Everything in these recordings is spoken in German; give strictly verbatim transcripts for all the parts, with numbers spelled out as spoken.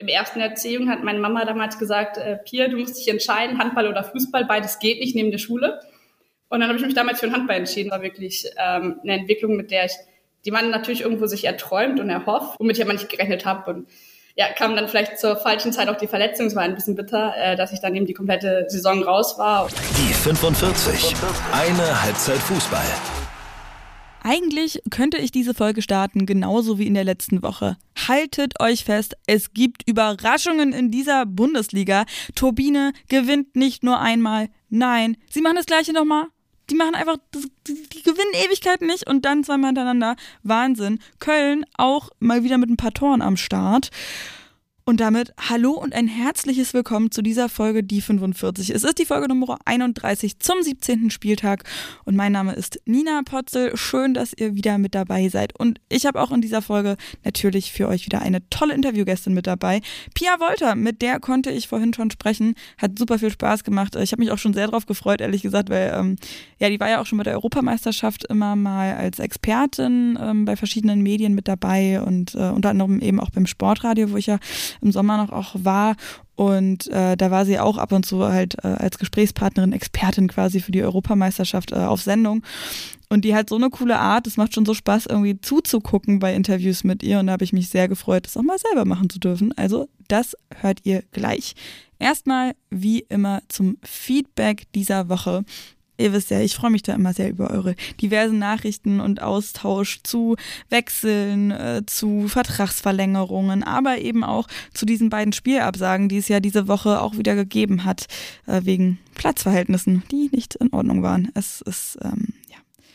Im ersten Erziehung hat meine Mama damals gesagt, äh, Pia, du musst dich entscheiden, Handball oder Fußball, beides geht nicht neben der Schule. Und dann habe ich mich damals für den Handball entschieden. War wirklich ähm, eine Entwicklung, mit der ich, die man natürlich irgendwo sich erträumt und erhofft, womit ich aber nicht gerechnet habe. Und ja, kam dann vielleicht zur falschen Zeit auch die Verletzung. Es war ein bisschen bitter, äh, dass ich dann eben die komplette Saison raus war. Die fünfundvierzig. Eine Halbzeit Fußball. Eigentlich könnte ich diese Folge starten, genauso wie in der letzten Woche. Haltet euch fest, es gibt Überraschungen in dieser Bundesliga. Turbine gewinnt nicht nur einmal, nein, sie machen das Gleiche nochmal. Die machen einfach, die, die gewinnen Ewigkeiten nicht und dann zweimal hintereinander. Wahnsinn. Köln auch mal wieder mit ein paar Toren am Start. Und damit hallo und ein herzliches Willkommen zu dieser Folge Die fünfundvierzig. Es ist die Folge Nummer einunddreißig zum siebzehnten Spieltag und mein Name ist Nina Potzel. Schön, dass ihr wieder mit dabei seid. Und ich habe auch in dieser Folge natürlich für euch wieder eine tolle Interviewgästin mit dabei. Pia Wolter, mit der konnte ich vorhin schon sprechen. Hat super viel Spaß gemacht. Ich habe mich auch schon sehr drauf gefreut, ehrlich gesagt, weil ähm, ja, die war ja auch schon bei der Europameisterschaft immer mal als Expertin ähm, bei verschiedenen Medien mit dabei und äh, unter anderem eben auch beim Sportradio, wo ich ja im Sommer noch auch war und äh, da war sie auch ab und zu halt äh, als Gesprächspartnerin, Expertin quasi für die Europameisterschaft äh, auf Sendung und die hat so eine coole Art, es macht schon so Spaß irgendwie zuzugucken bei Interviews mit ihr und da habe ich mich sehr gefreut, das auch mal selber machen zu dürfen, also das hört ihr gleich. Erstmal wie immer zum Feedback dieser Woche. Ihr wisst ja, ich freue mich da immer sehr über eure diversen Nachrichten und Austausch zu Wechseln, äh, zu Vertragsverlängerungen, aber eben auch zu diesen beiden Spielabsagen, die es ja diese Woche auch wieder gegeben hat, äh, wegen Platzverhältnissen, die nicht in Ordnung waren. Es ist, ähm, ja.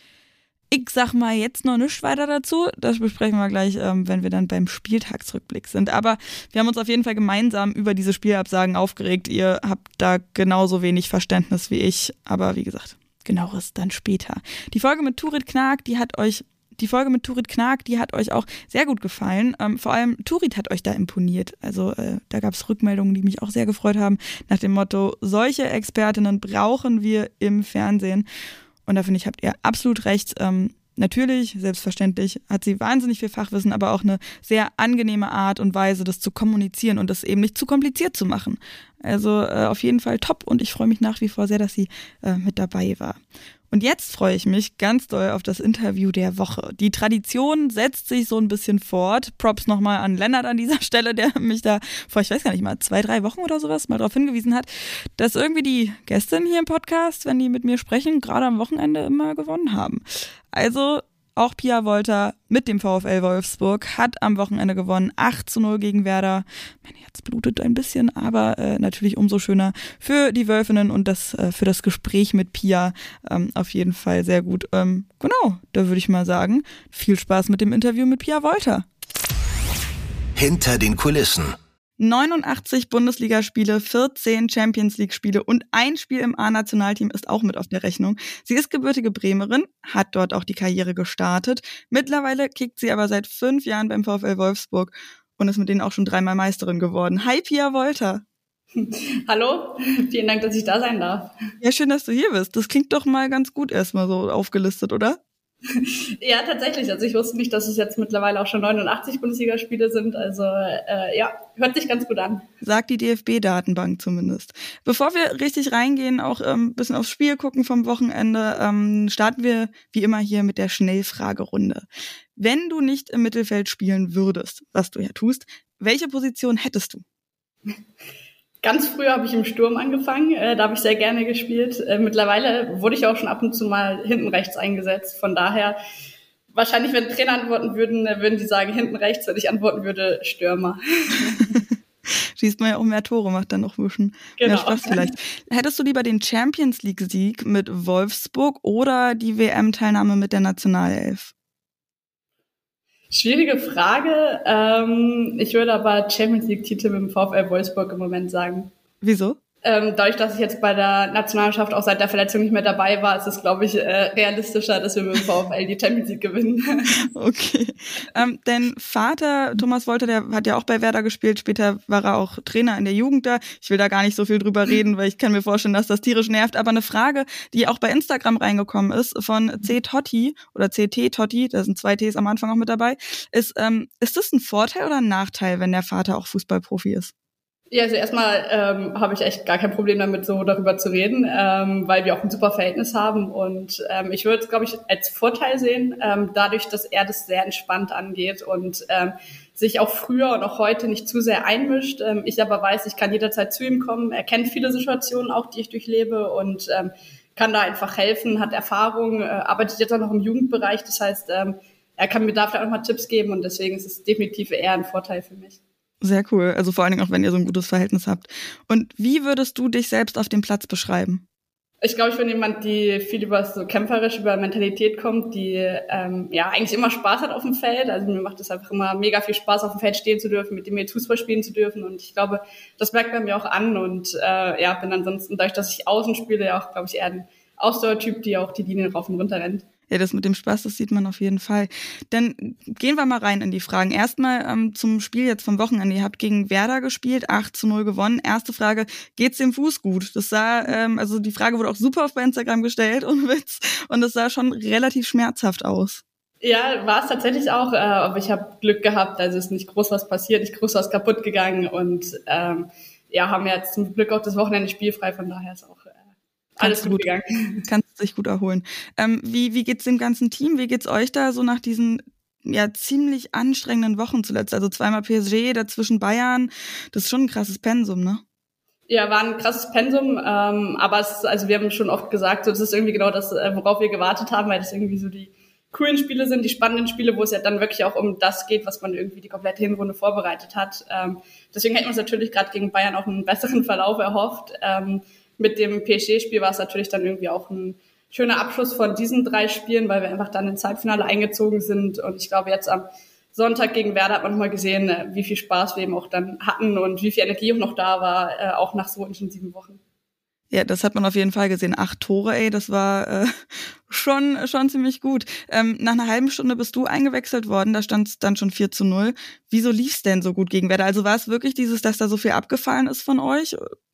Ich sag mal jetzt noch nichts weiter dazu. Das besprechen wir gleich, ähm, wenn wir dann beim Spieltagsrückblick sind. Aber wir haben uns auf jeden Fall gemeinsam über diese Spielabsagen aufgeregt. Ihr habt da genauso wenig Verständnis wie ich. Aber wie gesagt, genaueres dann später. Die Folge mit Turit Knag, die hat euch Die Folge mit Turit Knag, die hat euch auch sehr gut gefallen. Ähm, vor allem Turit hat euch da imponiert. Also äh, da gab es Rückmeldungen, die mich auch sehr gefreut haben. Nach dem Motto, solche Expertinnen brauchen wir im Fernsehen. Und da finde ich, habt ihr absolut recht. Ähm, natürlich, selbstverständlich, hat sie wahnsinnig viel Fachwissen, aber auch eine sehr angenehme Art und Weise, das zu kommunizieren und das eben nicht zu kompliziert zu machen. Also äh, auf jeden Fall top und ich freue mich nach wie vor sehr, dass sie äh, mit dabei war. Und jetzt freue ich mich ganz doll auf das Interview der Woche. Die Tradition setzt sich so ein bisschen fort. Props nochmal an Lennart an dieser Stelle, der mich da vor, ich weiß gar nicht mal, zwei, drei Wochen oder sowas mal darauf hingewiesen hat, dass irgendwie die Gästinnen hier im Podcast, wenn die mit mir sprechen, gerade am Wochenende immer gewonnen haben. Also auch Pia Wolter mit dem VfL Wolfsburg hat am Wochenende gewonnen, acht zu null gegen Werder. Mein Herz blutet ein bisschen, aber äh, natürlich umso schöner für die Wölfinnen und das äh, für das Gespräch mit Pia ähm, auf jeden Fall sehr gut. Ähm, genau, da würde ich mal sagen, viel Spaß mit dem Interview mit Pia Wolter. Hinter den Kulissen. neunundachtzig Bundesligaspiele, vierzehn Champions-League-Spiele und ein Spiel im A-Nationalteam ist auch mit auf der Rechnung. Sie ist gebürtige Bremerin, hat dort auch die Karriere gestartet. Mittlerweile kickt sie aber seit fünf Jahren beim VfL Wolfsburg und ist mit denen auch schon dreimal Meisterin geworden. Hi Pia Wolter. Hallo, vielen Dank, dass ich da sein darf. Ja, schön, dass du hier bist. Das klingt doch mal ganz gut erstmal so aufgelistet, oder? Ja, tatsächlich. Also ich wusste nicht, dass es jetzt mittlerweile auch schon neunundachtzig Bundesligaspiele sind. Also äh, ja, hört sich ganz gut an. Sagt die D F B-Datenbank zumindest. Bevor wir richtig reingehen, auch ein ähm, bisschen aufs Spiel gucken vom Wochenende, ähm, starten wir wie immer hier mit der Schnellfragerunde. Wenn du nicht im Mittelfeld spielen würdest, was du ja tust, welche Position hättest du? Ganz früh habe ich im Sturm angefangen, äh, da habe ich sehr gerne gespielt. Äh, mittlerweile wurde ich auch schon ab und zu mal hinten rechts eingesetzt. Von daher, wahrscheinlich, wenn Trainer antworten würden, äh, würden die sagen hinten rechts, wenn ich antworten würde, Stürmer. Schießt man ja auch mehr Tore, macht dann noch Wischen. Genau. Mehr Spaß vielleicht. Hättest du lieber den Champions-League-Sieg mit Wolfsburg oder die W M-Teilnahme mit der Nationalelf? Schwierige Frage. Ähm, ich würde aber Champions League-Titel mit dem VfL Wolfsburg im Moment sagen. Wieso? Ähm, dadurch, dass ich jetzt bei der Nationalmannschaft auch seit der Verletzung nicht mehr dabei war, ist es, glaube ich, äh, realistischer, dass wir mit dem VfL die Champions League gewinnen. Okay. Ähm, dein Vater, Thomas Wolter, der hat ja auch bei Werder gespielt. Später war er auch Trainer in der Jugend da. Ich will da gar nicht so viel drüber reden, weil ich kann mir vorstellen, dass das tierisch nervt. Aber eine Frage, die auch bei Instagram reingekommen ist, von C Totti oder C T Totti, da sind zwei Ts am Anfang auch mit dabei, ist, ähm, ist das ein Vorteil oder ein Nachteil, wenn der Vater auch Fußballprofi ist? Ja, also erstmal ähm, habe ich echt gar kein Problem damit, so darüber zu reden, ähm, weil wir auch ein super Verhältnis haben. Und ähm, ich würde es, glaube ich, als Vorteil sehen, ähm, dadurch, dass er das sehr entspannt angeht und ähm, sich auch früher und auch heute nicht zu sehr einmischt. Ähm, ich aber weiß, ich kann jederzeit zu ihm kommen. Er kennt viele Situationen auch, die ich durchlebe und ähm, kann da einfach helfen, hat Erfahrung, äh, arbeitet jetzt auch noch im Jugendbereich. Das heißt, ähm, er kann mir da vielleicht auch mal Tipps geben und deswegen ist es definitiv eher ein Vorteil für mich. Sehr cool. Also vor allen Dingen auch, wenn ihr so ein gutes Verhältnis habt. Und wie würdest du dich selbst auf dem Platz beschreiben? Ich glaube, ich bin jemand, die viel über so kämpferisch, über Mentalität kommt, die ähm, ja eigentlich immer Spaß hat auf dem Feld. Also mir macht es einfach immer mega viel Spaß, auf dem Feld stehen zu dürfen, mit dem jetzt Fußball spielen zu dürfen. Und ich glaube, das merkt man mir auch an. Und äh, ja, bin ansonsten, dadurch, dass ich außen spiele, ja auch, glaube ich, eher ein Ausdauertyp, die auch die Linien rauf und runter rennt. Ja, das mit dem Spaß, das sieht man auf jeden Fall. Dann gehen wir mal rein in die Fragen. Erstmal ähm, zum Spiel jetzt vom Wochenende. Ihr habt gegen Werder gespielt, acht zu null gewonnen. Erste Frage, geht's dem Fuß gut? Das sah, ähm, also die Frage wurde auch super auf bei Instagram gestellt, ohne Witz. Und das sah schon relativ schmerzhaft aus. Ja, war es tatsächlich auch, äh, aber ich habe Glück gehabt. Also es ist nicht groß was passiert, nicht groß was kaputt gegangen. Und ähm, ja, haben jetzt zum Glück auch das Wochenende spielfrei, von daher ist auch... Äh, Alles gut, gut gegangen. Kannst dich gut erholen. Ähm, wie, wie geht's dem ganzen Team? Wie geht's euch da so nach diesen ja ziemlich anstrengenden Wochen zuletzt? Also zweimal P S G, dazwischen Bayern. Das ist schon ein krasses Pensum, ne? Ja, war ein krasses Pensum, ähm, aber es ist, also wir haben schon oft gesagt, so, das ist irgendwie genau das, worauf wir gewartet haben, weil das irgendwie so die coolen Spiele sind, die spannenden Spiele, wo es ja dann wirklich auch um das geht, was man irgendwie die komplette Hinrunde vorbereitet hat. Ähm, deswegen hätten wir uns natürlich gerade gegen Bayern auch einen besseren Verlauf erhofft. Ähm, Mit dem P S G-Spiel war es natürlich dann irgendwie auch ein schöner Abschluss von diesen drei Spielen, weil wir einfach dann ins Halbfinale eingezogen sind. Und ich glaube, jetzt am Sonntag gegen Werder hat man nochmal gesehen, wie viel Spaß wir eben auch dann hatten und wie viel Energie auch noch da war, auch nach so intensiven Wochen. Ja, das hat man auf jeden Fall gesehen. Acht Tore, ey, das war äh, schon schon ziemlich gut. Ähm, nach einer halben Stunde bist du eingewechselt worden, da stand es dann schon vier zu null. Wieso lief's denn so gut gegen Werder? Also war es wirklich dieses, dass da so viel abgefallen ist von euch?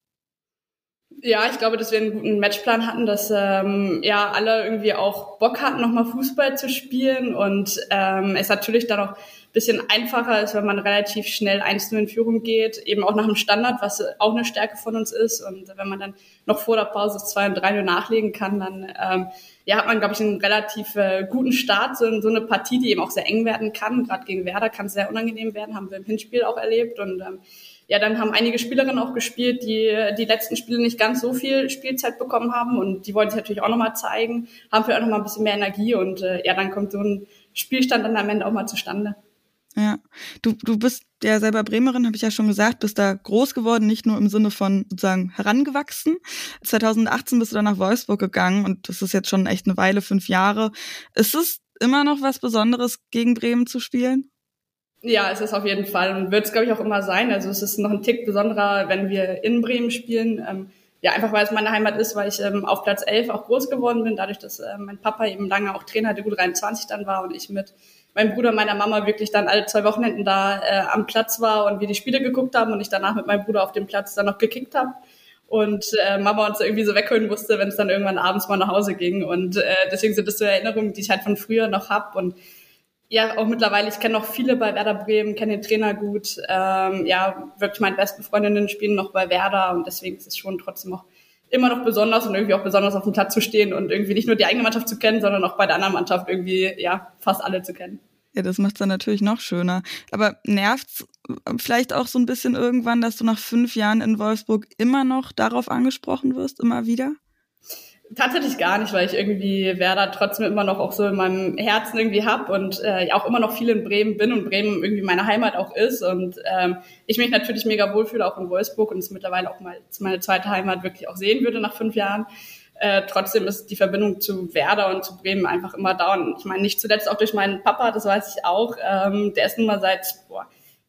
Ja, ich glaube, dass wir einen guten Matchplan hatten, dass ähm, ja alle irgendwie auch Bock hatten, nochmal Fußball zu spielen und ähm, es natürlich dann auch ein bisschen einfacher ist, wenn man relativ schnell eins zu null in Führung geht, eben auch nach dem Standard, was auch eine Stärke von uns ist und wenn man dann noch vor der Pause zwei und drei null nachlegen kann, dann ähm, ja hat man, glaube ich, einen relativ äh, guten Start, so, so eine Partie, die eben auch sehr eng werden kann, gerade gegen Werder kann es sehr unangenehm werden, haben wir im Hinspiel auch erlebt und ähm, ja, dann haben einige Spielerinnen auch gespielt, die die letzten Spiele nicht ganz so viel Spielzeit bekommen haben und die wollen sich natürlich auch nochmal zeigen, haben vielleicht auch nochmal ein bisschen mehr Energie und äh, ja, dann kommt so ein Spielstand dann am Ende auch mal zustande. Ja, du du bist ja selber Bremerin, habe ich ja schon gesagt, bist da groß geworden, nicht nur im Sinne von sozusagen herangewachsen. zweitausendachtzehn bist du dann nach Wolfsburg gegangen und das ist jetzt schon echt eine Weile, fünf Jahre. Ist es immer noch was Besonderes, gegen Bremen zu spielen? Ja, es ist auf jeden Fall und wird es, glaube ich, auch immer sein. Also es ist noch ein Tick besonderer, wenn wir in Bremen spielen. Ähm, ja, einfach weil es meine Heimat ist, weil ich ähm, auf Platz elf auch groß geworden bin, dadurch, dass äh, mein Papa eben lange auch Trainer der U dreiundzwanzig dann war und ich mit meinem Bruder und meiner Mama wirklich dann alle zwei Wochenenden da äh, am Platz war und wir die Spiele geguckt haben und ich danach mit meinem Bruder auf dem Platz dann noch gekickt habe. Und äh, Mama uns irgendwie so wegholen musste, wenn es dann irgendwann abends mal nach Hause ging. Und äh, deswegen sind das so Erinnerungen, die ich halt von früher noch hab und ja, auch mittlerweile, ich kenne noch viele bei Werder Bremen, kenne den Trainer gut. Ähm, ja, wirklich meine besten Freundinnen spielen noch bei Werder und deswegen ist es schon trotzdem auch immer noch besonders und irgendwie auch besonders auf dem Platz zu stehen und irgendwie nicht nur die eigene Mannschaft zu kennen, sondern auch bei der anderen Mannschaft irgendwie, ja, fast alle zu kennen. Ja, das macht's dann natürlich noch schöner. Aber nervt's vielleicht auch so ein bisschen irgendwann, dass du nach fünf Jahren in Wolfsburg immer noch darauf angesprochen wirst, immer wieder? Tatsächlich gar nicht, weil ich irgendwie Werder trotzdem immer noch auch so in meinem Herzen irgendwie hab und äh, auch immer noch viel in Bremen bin und Bremen irgendwie meine Heimat auch ist und ähm, ich mich natürlich mega wohlfühle, auch in Wolfsburg und es mittlerweile auch mal meine zweite Heimat wirklich auch sehen würde nach fünf Jahren. Äh, trotzdem ist die Verbindung zu Werder und zu Bremen einfach immer da und ich meine nicht zuletzt auch durch meinen Papa, das weiß ich auch, ähm, der ist nun mal seit boah,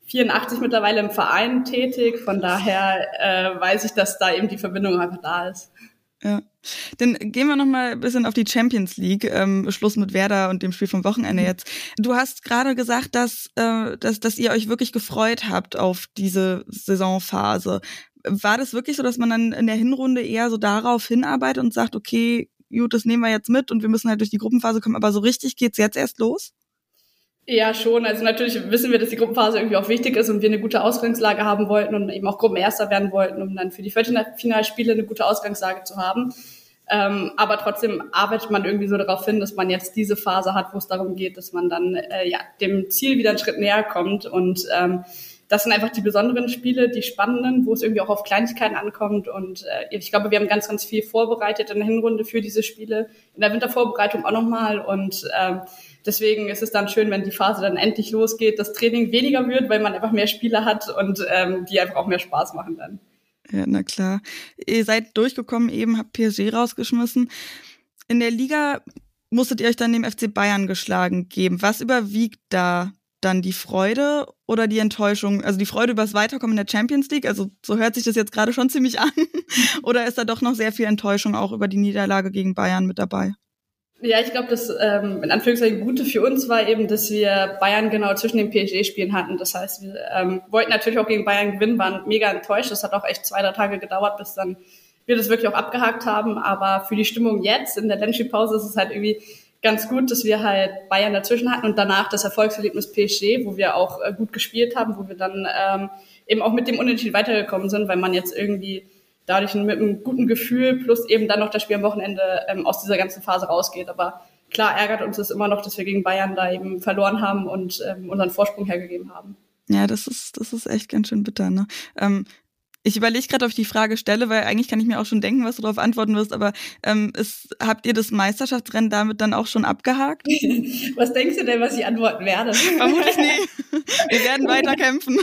vierundachtzig mittlerweile im Verein tätig. Von daher äh, weiß ich, dass da eben die Verbindung einfach da ist. Ja. Dann gehen wir noch mal ein bisschen auf die Champions League. Ähm, Schluss mit Werder und dem Spiel vom Wochenende jetzt. Du hast gerade gesagt, dass, äh, dass, dass ihr euch wirklich gefreut habt auf diese Saisonphase. War das wirklich so, dass man dann in der Hinrunde eher so darauf hinarbeitet und sagt, okay, gut, das nehmen wir jetzt mit und wir müssen halt durch die Gruppenphase kommen, aber so richtig geht's jetzt erst los? Ja, schon. Also natürlich wissen wir, dass die Gruppenphase irgendwie auch wichtig ist und wir eine gute Ausgangslage haben wollten und eben auch Gruppenerster werden wollten, um dann für die Viertelfinalspiele eine gute Ausgangslage zu haben. Ähm, aber trotzdem arbeitet man irgendwie so darauf hin, dass man jetzt diese Phase hat, wo es darum geht, dass man dann äh, ja dem Ziel wieder einen Schritt näher kommt. Und ähm, das sind einfach die besonderen Spiele, die spannenden, wo es irgendwie auch auf Kleinigkeiten ankommt. Und äh, ich glaube, wir haben ganz, ganz viel vorbereitet in der Hinrunde für diese Spiele, in der Wintervorbereitung auch nochmal. Und ähm, deswegen ist es dann schön, wenn die Phase dann endlich losgeht, das Training weniger wird, weil man einfach mehr Spiele hat und ähm, die einfach auch mehr Spaß machen dann. Ja, na klar. Ihr seid durchgekommen, eben habt P S G rausgeschmissen. In der Liga musstet ihr euch dann dem F C Bayern geschlagen geben. Was überwiegt da dann die Freude oder die Enttäuschung? Also die Freude über das Weiterkommen in der Champions League, also so hört sich das jetzt gerade schon ziemlich an. Oder ist da doch noch sehr viel Enttäuschung auch über die Niederlage gegen Bayern mit dabei? Ja, ich glaube, das ähm, in Anführungszeichen Gute für uns war eben, dass wir Bayern genau zwischen den P S G-Spielen hatten. Das heißt, wir ähm, wollten natürlich auch gegen Bayern gewinnen, waren mega enttäuscht. Das hat auch echt zwei, drei Tage gedauert, bis dann wir das wirklich auch abgehakt haben. Aber für die Stimmung jetzt in der Länderspielpause ist es halt irgendwie ganz gut, dass wir halt Bayern dazwischen hatten und danach das Erfolgserlebnis P S G, wo wir auch äh, gut gespielt haben, wo wir dann ähm, eben auch mit dem Unentschieden weitergekommen sind, weil man jetzt irgendwie dadurch mit einem guten Gefühl plus eben dann noch das Spiel am Wochenende ähm, aus dieser ganzen Phase rausgeht. Aber klar ärgert uns das immer noch, dass wir gegen Bayern da eben verloren haben und ähm, unseren Vorsprung hergegeben haben. Ja, das ist das ist echt ganz schön bitter, ne? Ähm, ich überlege gerade, ob ich die Frage stelle, weil eigentlich kann ich mir auch schon denken, was du darauf antworten wirst, aber ähm, ist, habt ihr das Meisterschaftsrennen damit dann auch schon abgehakt? Was denkst du denn, was ich antworten werde? Vermutlich nicht. Wir werden weiter kämpfen.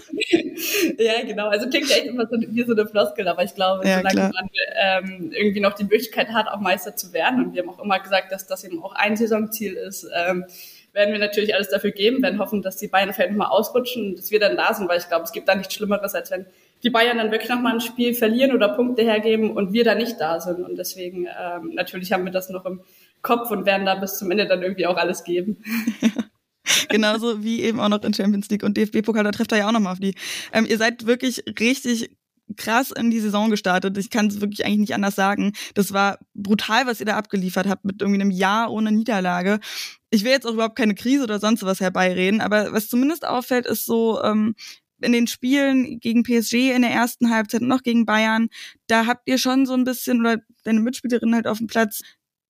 Ja, genau. Also klingt ja echt immer so, wie so eine Floskel, aber ich glaube, ja, solange klar. man ähm, irgendwie noch die Möglichkeit hat, auch Meister zu werden, und wir haben auch immer gesagt, dass das eben auch ein Saisonziel ist, ähm, werden wir natürlich alles dafür geben, werden hoffen, dass die Bayern vielleicht nochmal ausrutschen und dass wir dann da sind, weil ich glaube, es gibt da nichts Schlimmeres, als wenn die Bayern dann wirklich nochmal ein Spiel verlieren oder Punkte hergeben und wir da nicht da sind. Und deswegen, ähm, natürlich haben wir das noch im Kopf und werden da bis zum Ende dann irgendwie auch alles geben. Genauso wie eben auch noch in Champions League und D F B-Pokal, da trifft er ja auch nochmal auf die. Ähm, ihr seid wirklich richtig krass in die Saison gestartet. Ich kann es wirklich eigentlich nicht anders sagen. Das war brutal, was ihr da abgeliefert habt mit irgendwie einem Jahr ohne Niederlage. Ich will jetzt auch überhaupt keine Krise oder sonst was herbeireden, aber was zumindest auffällt, ist so, ähm, in den Spielen gegen P S G in der ersten Halbzeit und noch gegen Bayern, da habt ihr schon so ein bisschen, oder deine Mitspielerin halt auf dem Platz,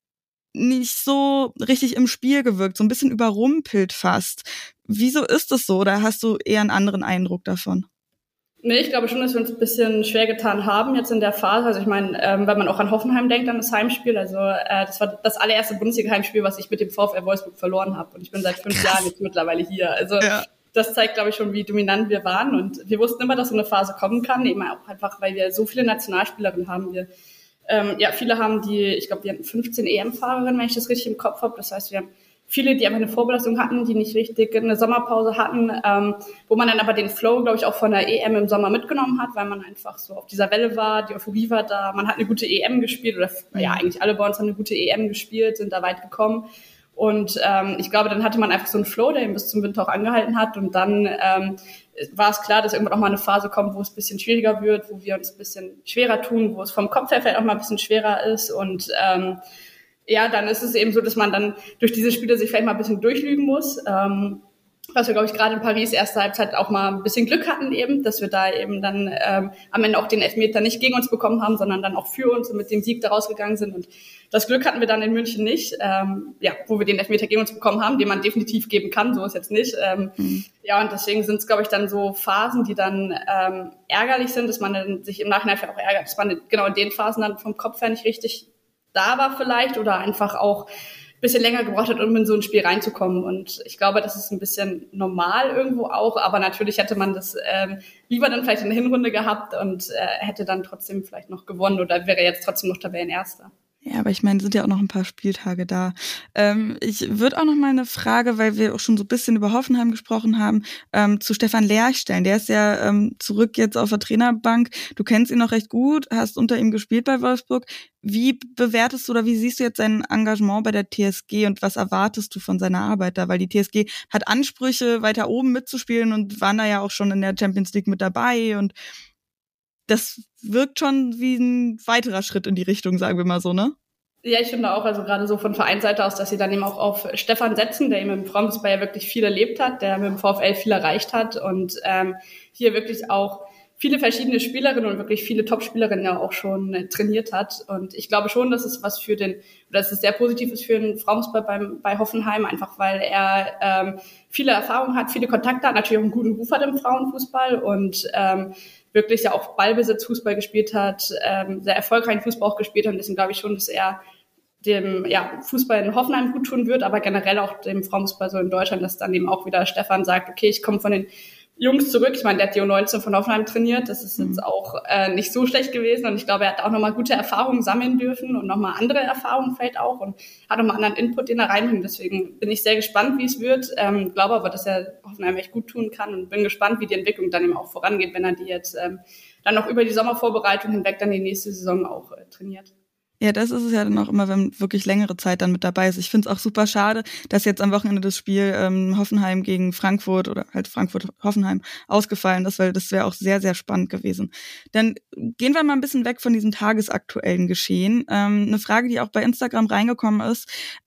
nicht so richtig im Spiel gewirkt, so ein bisschen überrumpelt fast. Wieso ist das so, oder hast du eher einen anderen Eindruck davon? Nee, ich glaube schon, dass wir uns ein bisschen schwer getan haben jetzt in der Phase. Also ich meine, ähm, wenn man auch an Hoffenheim denkt, an das Heimspiel, also äh, das war das allererste Bundesliga-Heimspiel, was ich mit dem VfL Wolfsburg verloren habe. Und ich bin seit fünf Krass. Jahren jetzt mittlerweile hier. Also ja. Das zeigt, glaube ich, schon, wie dominant wir waren. Und wir wussten immer, dass so eine Phase kommen kann, eben auch einfach, weil wir so viele Nationalspielerinnen haben. Wir ähm, ja, viele haben die, ich glaube, wir hatten fünfzehn E M-Fahrerinnen, wenn ich das richtig im Kopf habe. Das heißt, wir haben viele, die einfach eine Vorbelastung hatten, die nicht richtig eine Sommerpause hatten, ähm, wo man dann aber den Flow, glaube ich, auch von der E M im Sommer mitgenommen hat, weil man einfach so auf dieser Welle war, die Euphorie war da, man hat eine gute E M gespielt, oder ja, eigentlich alle bei uns haben eine gute E M gespielt, sind da weit gekommen. Und ähm, ich glaube, dann hatte man einfach so einen Flow, der eben bis zum Winter auch angehalten hat. Und dann ähm, war es klar, dass irgendwann auch mal eine Phase kommt, wo es ein bisschen schwieriger wird, wo wir uns ein bisschen schwerer tun, wo es vom Kopf her vielleicht auch mal ein bisschen schwerer ist. Und ähm, ja, dann ist es eben so, dass man dann durch diese Spiele sich vielleicht mal ein bisschen durchlügen muss. Ähm, was wir, glaube ich, gerade in Paris erste Halbzeit auch mal ein bisschen Glück hatten eben, dass wir da eben dann ähm, am Ende auch den Elfmeter nicht gegen uns bekommen haben, sondern dann auch für uns und mit dem Sieg da rausgegangen sind. Und das Glück hatten wir dann in München nicht, ähm, ja, wo wir den Elfmeter gegen uns bekommen haben, den man definitiv geben kann, so ist jetzt nicht. Ähm, mhm. Ja, und deswegen sind es, glaube ich, dann so Phasen, die dann ähm, ärgerlich sind, dass man dann sich im Nachhinein vielleicht auch ärgert, dass man genau in den Phasen dann vom Kopf her nicht richtig da war vielleicht oder einfach auch bisschen länger gebraucht hat, um in so ein Spiel reinzukommen. Und ich glaube, das ist ein bisschen normal irgendwo auch, aber natürlich hätte man das ähm, lieber dann vielleicht in der Hinrunde gehabt und äh, hätte dann trotzdem vielleicht noch gewonnen oder wäre jetzt trotzdem noch Tabellenerster. Ja, aber ich meine, sind ja auch noch ein paar Spieltage da. Ähm, ich würde auch noch mal eine Frage, weil wir auch schon so ein bisschen über Hoffenheim gesprochen haben, ähm, zu Stefan Lerch stellen. Der ist ja ähm, zurück jetzt auf der Trainerbank. Du kennst ihn noch recht gut, hast unter ihm gespielt bei Wolfsburg. Wie bewertest du oder wie siehst du jetzt sein Engagement bei der T S G und was erwartest du von seiner Arbeit da? Weil die T S G hat Ansprüche, weiter oben mitzuspielen und waren da ja auch schon in der Champions League mit dabei und das wirkt schon wie ein weiterer Schritt in die Richtung, sagen wir mal so, ne? Ja, ich finde auch, also gerade so von Vereinsseite aus, dass sie dann eben auch auf Stefan setzen, der eben im Frauenfußball ja wirklich viel erlebt hat, der mit dem VfL viel erreicht hat und ähm, hier wirklich auch viele verschiedene Spielerinnen und wirklich viele Top-Spielerinnen ja auch schon äh, trainiert hat. Und ich glaube schon, dass es was für den, oder dass es sehr positiv ist für den Frauenfußball beim, bei Hoffenheim, einfach weil er ähm, viele Erfahrungen hat, viele Kontakte hat, natürlich auch einen guten Ruf hat im Frauenfußball und ähm, wirklich ja auch Ballbesitz-Fußball gespielt hat, ähm, sehr erfolgreichen Fußball auch gespielt hat. Und deswegen glaube ich schon, dass er dem ja, Fußball in Hoffenheim gut tun wird, aber generell auch dem Frauenfußball so in Deutschland, dass dann eben auch wieder Stefan sagt, okay, ich komme von den Jungs zurück. Ich meine, der hat die U neunzehn von Hoffenheim trainiert. Das ist jetzt auch äh, nicht so schlecht gewesen. Und ich glaube, er hat auch nochmal gute Erfahrungen sammeln dürfen und nochmal andere Erfahrungen vielleicht auch und hat nochmal anderen Input, den er reinbringt. Deswegen bin ich sehr gespannt, wie es wird. Ähm, glaube aber, dass er Hoffenheim echt gut tun kann und bin gespannt, wie die Entwicklung dann eben auch vorangeht, wenn er die jetzt ähm, dann noch über die Sommervorbereitung hinweg dann die nächste Saison auch äh, trainiert. Ja, das ist es ja dann auch immer, wenn wirklich längere Zeit dann mit dabei ist. Ich finde es auch super schade, dass jetzt am Wochenende das Spiel ähm, Hoffenheim gegen Frankfurt oder halt Frankfurt-Hoffenheim ausgefallen ist, weil das wäre auch sehr, sehr spannend gewesen. Dann gehen wir mal ein bisschen weg von diesem tagesaktuellen Geschehen. Ähm, eine Frage, die auch bei Instagram reingekommen ist: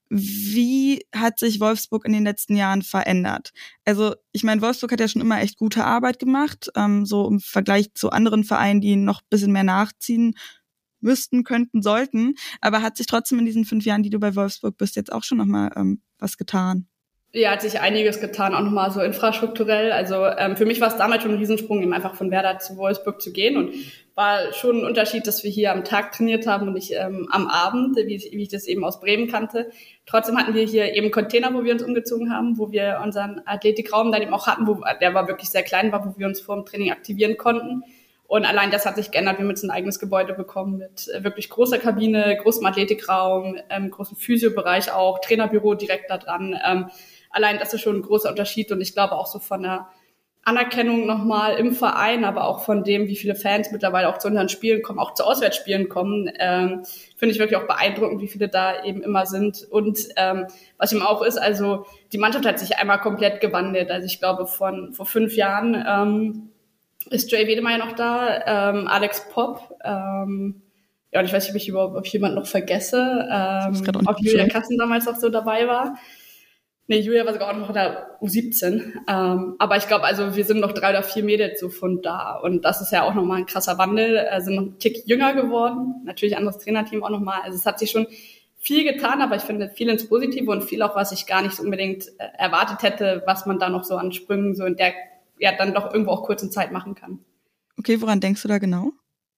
Wie hat sich Wolfsburg in den letzten Jahren verändert? Also ich meine, Wolfsburg hat ja schon immer echt gute Arbeit gemacht, ähm, so im Vergleich zu anderen Vereinen, die noch ein bisschen mehr nachziehen müssten, könnten, sollten. Aber hat sich trotzdem in diesen fünf Jahren, die du bei Wolfsburg bist, jetzt auch schon nochmal ähm, was getan? Ja, hat sich einiges getan, auch nochmal so infrastrukturell. Also ähm, für mich war es damals schon ein Riesensprung, eben einfach von Werder zu Wolfsburg zu gehen und war schon ein Unterschied, dass wir hier am Tag trainiert haben und nicht ähm, am Abend, wie ich, wie ich das eben aus Bremen kannte. Trotzdem hatten wir hier eben Container, wo wir uns umgezogen haben, wo wir unseren Athletikraum dann eben auch hatten, wo der war wirklich sehr klein war, wo wir uns vor dem Training aktivieren konnten. Und allein das hat sich geändert. Wir haben jetzt ein eigenes Gebäude bekommen mit äh, wirklich großer Kabine, großem Athletikraum, ähm, großem Physiobereich auch, Trainerbüro direkt da dran. Ähm, allein das ist schon ein großer Unterschied. Und ich glaube auch so von der Anerkennung nochmal im Verein, aber auch von dem, wie viele Fans mittlerweile auch zu unseren Spielen kommen, auch zu Auswärtsspielen kommen, ähm, finde ich wirklich auch beeindruckend, wie viele da eben immer sind. Und ähm, was eben auch ist, also die Mannschaft hat sich einmal komplett gewandelt. Also ich glaube von vor fünf Jahren ähm, ist Jay Wedemeyer noch da, ähm, Alex Popp, ähm, ja, und ich weiß nicht, ob ich überhaupt, ob ich jemanden noch vergesse, ähm, ob Julia Kassen damals auch so dabei war. Nee, Julia war sogar auch noch in der U siebzehn. Ähm, aber ich glaube, also wir sind noch drei oder vier Mädels so von da. Und das ist ja auch nochmal ein krasser Wandel. Äh, sind noch einen Tick jünger geworden. Natürlich anderes Trainerteam auch nochmal. Also es hat sich schon viel getan, aber ich finde viel ins Positive und viel auch, was ich gar nicht so unbedingt äh, erwartet hätte, was man da noch so an Sprüngen so in der ja dann doch irgendwo auch kurzen Zeit machen kann. Okay, woran denkst du da genau?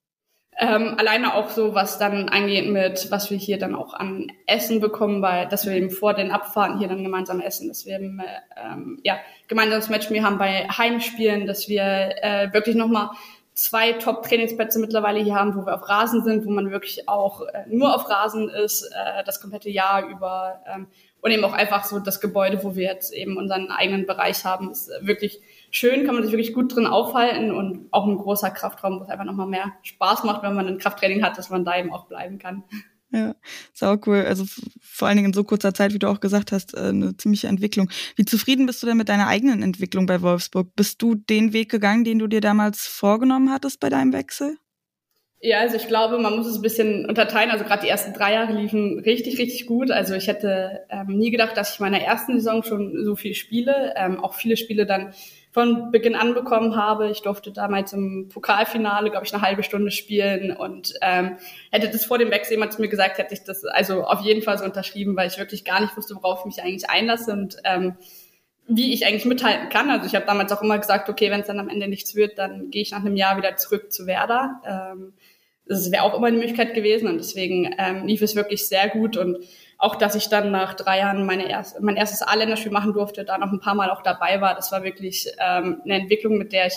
Ähm, alleine auch so, was dann angeht mit, was wir hier dann auch an Essen bekommen, weil, dass wir eben vor den Abfahrten hier dann gemeinsam essen, dass wir eben, ähm, ja, gemeinsames Match wir haben bei Heimspielen, dass wir äh, wirklich nochmal zwei Top-Trainingsplätze mittlerweile hier haben, wo wir auf Rasen sind, wo man wirklich auch äh, nur auf Rasen ist, äh, das komplette Jahr über, ähm, und eben auch einfach so das Gebäude, wo wir jetzt eben unseren eigenen Bereich haben, ist wirklich schön, kann man sich wirklich gut drin aufhalten und auch ein großer Kraftraum, wo es einfach nochmal mehr Spaß macht, wenn man ein Krafttraining hat, dass man da eben auch bleiben kann. Ja, sau cool. Also vor allen Dingen in so kurzer Zeit, wie du auch gesagt hast, eine ziemliche Entwicklung. Wie zufrieden bist du denn mit deiner eigenen Entwicklung bei Wolfsburg? Bist du den Weg gegangen, den du dir damals vorgenommen hattest bei deinem Wechsel? Ja, also ich glaube, man muss es ein bisschen unterteilen. Also gerade die ersten drei Jahre liefen richtig, richtig gut. Also ich hätte ähm, nie gedacht, dass ich in meiner ersten Saison schon so viel spiele, ähm, auch viele Spiele dann von Beginn an bekommen habe. Ich durfte damals im Pokalfinale, glaube ich, eine halbe Stunde spielen und ähm, hätte das vor dem Wechsel jemand zu mir gesagt, hätte ich das also auf jeden Fall so unterschrieben, weil ich wirklich gar nicht wusste, worauf ich mich eigentlich einlasse und ähm, wie ich eigentlich mithalten kann. Also ich habe damals auch immer gesagt, okay, wenn es dann am Ende nichts wird, dann gehe ich nach einem Jahr wieder zurück zu Werder. Ähm, das wäre auch immer eine Möglichkeit gewesen und deswegen ähm, lief es wirklich sehr gut und auch, dass ich dann nach drei Jahren meine erste, mein erstes A-Länderspiel machen durfte, da noch ein paar Mal auch dabei war, das war wirklich ähm, eine Entwicklung, mit der ich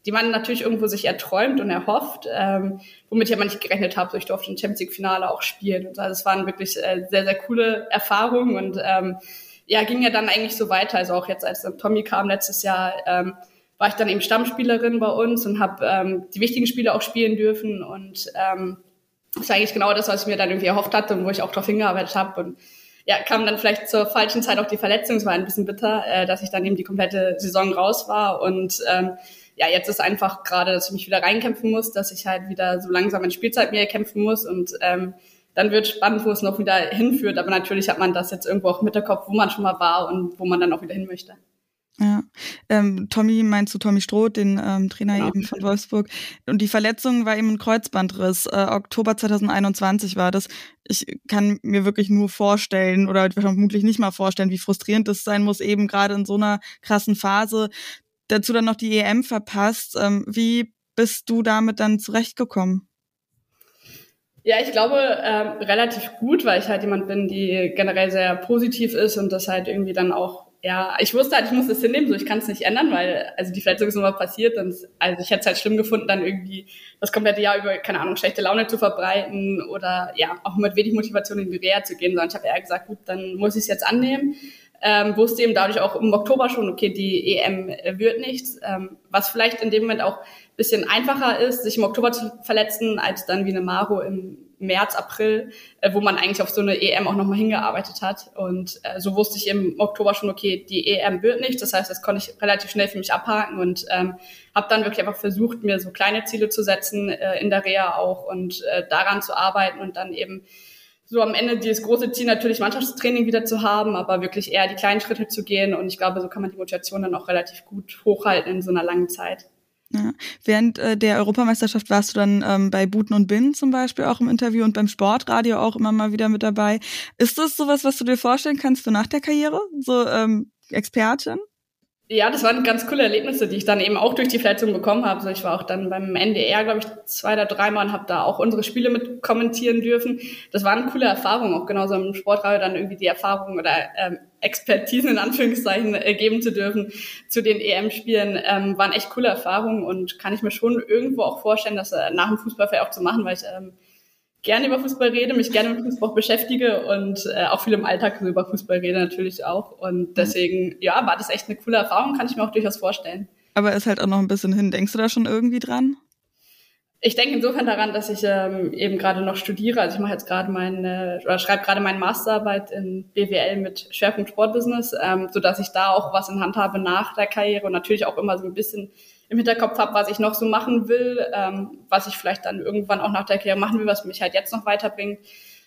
die man natürlich irgendwo sich erträumt und erhofft, ähm, womit ich aber nicht gerechnet habe. So, ich durfte im Champions League-Finale auch spielen. Und also es waren wirklich äh, sehr, sehr coole Erfahrungen und ähm, ja, ging ja dann eigentlich so weiter. Also auch jetzt, als dann Tommy kam letztes Jahr, ähm, war ich dann eben Stammspielerin bei uns und habe ähm, die wichtigen Spiele auch spielen dürfen. Und ähm, das war eigentlich genau das, was ich mir dann irgendwie erhofft hatte und wo ich auch drauf hingearbeitet habe. Und ja, kam dann vielleicht zur falschen Zeit auch die Verletzung. Es war ein bisschen bitter, äh, dass ich dann eben die komplette Saison raus war. Und ähm, ja, jetzt ist einfach gerade, dass ich mich wieder reinkämpfen muss, dass ich halt wieder so langsam in Spielzeit mir kämpfen muss. Und ähm, dann wird spannend, wo es noch wieder hinführt. Aber natürlich hat man das jetzt irgendwo auch im Hinterkopf, wo man schon mal war und wo man dann auch wieder hin möchte. Ja, ähm, Tommy, meinst du Tommy Stroth, den ähm, Trainer genau. eben von Wolfsburg. Und die Verletzung war eben ein Kreuzbandriss. Äh, Oktober zwanzig einundzwanzig war das. Ich kann mir wirklich nur vorstellen oder vermutlich nicht mal vorstellen, wie frustrierend das sein muss, eben gerade in so einer krassen Phase. Dazu dann noch die E M verpasst. Ähm, wie bist du damit dann zurechtgekommen? Ja, ich glaube ähm, relativ gut, weil ich halt jemand bin, die generell sehr positiv ist und das halt irgendwie dann auch, ja, ich wusste halt, ich muss das hinnehmen, so ich kann es nicht ändern, weil also die Verletzung ist nun mal passiert und also ich hätte es halt schlimm gefunden, dann irgendwie das komplette Jahr über, keine Ahnung, schlechte Laune zu verbreiten oder ja, auch mit wenig Motivation in die Reha zu gehen, sondern ich habe eher gesagt, gut, dann muss ich es jetzt annehmen. Ähm, wusste eben dadurch auch im Oktober schon, okay, die E M wird nichts, ähm, was vielleicht in dem Moment auch ein bisschen einfacher ist, sich im Oktober zu verletzen, als dann wie eine Maro im März, April, äh, wo man eigentlich auf so eine E M auch nochmal hingearbeitet hat. Und äh, so wusste ich im Oktober schon, okay, die E M wird nichts. Das heißt, das konnte ich relativ schnell für mich abhaken und ähm, habe dann wirklich einfach versucht, mir so kleine Ziele zu setzen, äh, in der Reha auch und äh, daran zu arbeiten und dann eben so am Ende dieses große Ziel natürlich Mannschaftstraining wieder zu haben, aber wirklich eher die kleinen Schritte zu gehen. Und ich glaube, so kann man die Motivation dann auch relativ gut hochhalten in so einer langen Zeit. Ja. Während äh, der Europameisterschaft warst du dann ähm, bei Buten und Bin zum Beispiel auch im Interview und beim Sportradio auch immer mal wieder mit dabei. Ist das sowas, was du dir vorstellen kannst für nach der Karriere? So ähm, Expertin? Ja, das waren ganz coole Erlebnisse, die ich dann eben auch durch die Verletzung bekommen habe. Also ich war auch dann beim N D R, glaube ich, zwei oder dreimal und habe da auch unsere Spiele mit kommentieren dürfen. Das war eine coole Erfahrung, auch genauso im Sportradio dann irgendwie die Erfahrung oder ähm, Expertisen in Anführungszeichen äh, geben zu dürfen zu den E M-Spielen. Ähm, waren echt coole Erfahrungen und kann ich mir schon irgendwo auch vorstellen, das äh, nach dem Fußball vielleicht auch zu machen, weil ich ähm, gerne über Fußball rede, mich gerne mit Fußball beschäftige und äh, auch viel im Alltag über Fußball rede natürlich auch. Und deswegen, ja, war das echt eine coole Erfahrung, kann ich mir auch durchaus vorstellen. Aber ist halt auch noch ein bisschen hin. Denkst du da schon irgendwie dran? Ich denke insofern daran, dass ich ähm, eben gerade noch studiere. Also ich mache jetzt gerade meine, oder schreibe gerade meine Masterarbeit in B W L mit Schwerpunkt Sportbusiness, ähm, sodass ich da auch was in Hand habe nach der Karriere und natürlich auch immer so ein bisschen im Hinterkopf habe, was ich noch so machen will, ähm, was ich vielleicht dann irgendwann auch nach der Karriere machen will, was mich halt jetzt noch weiterbringt.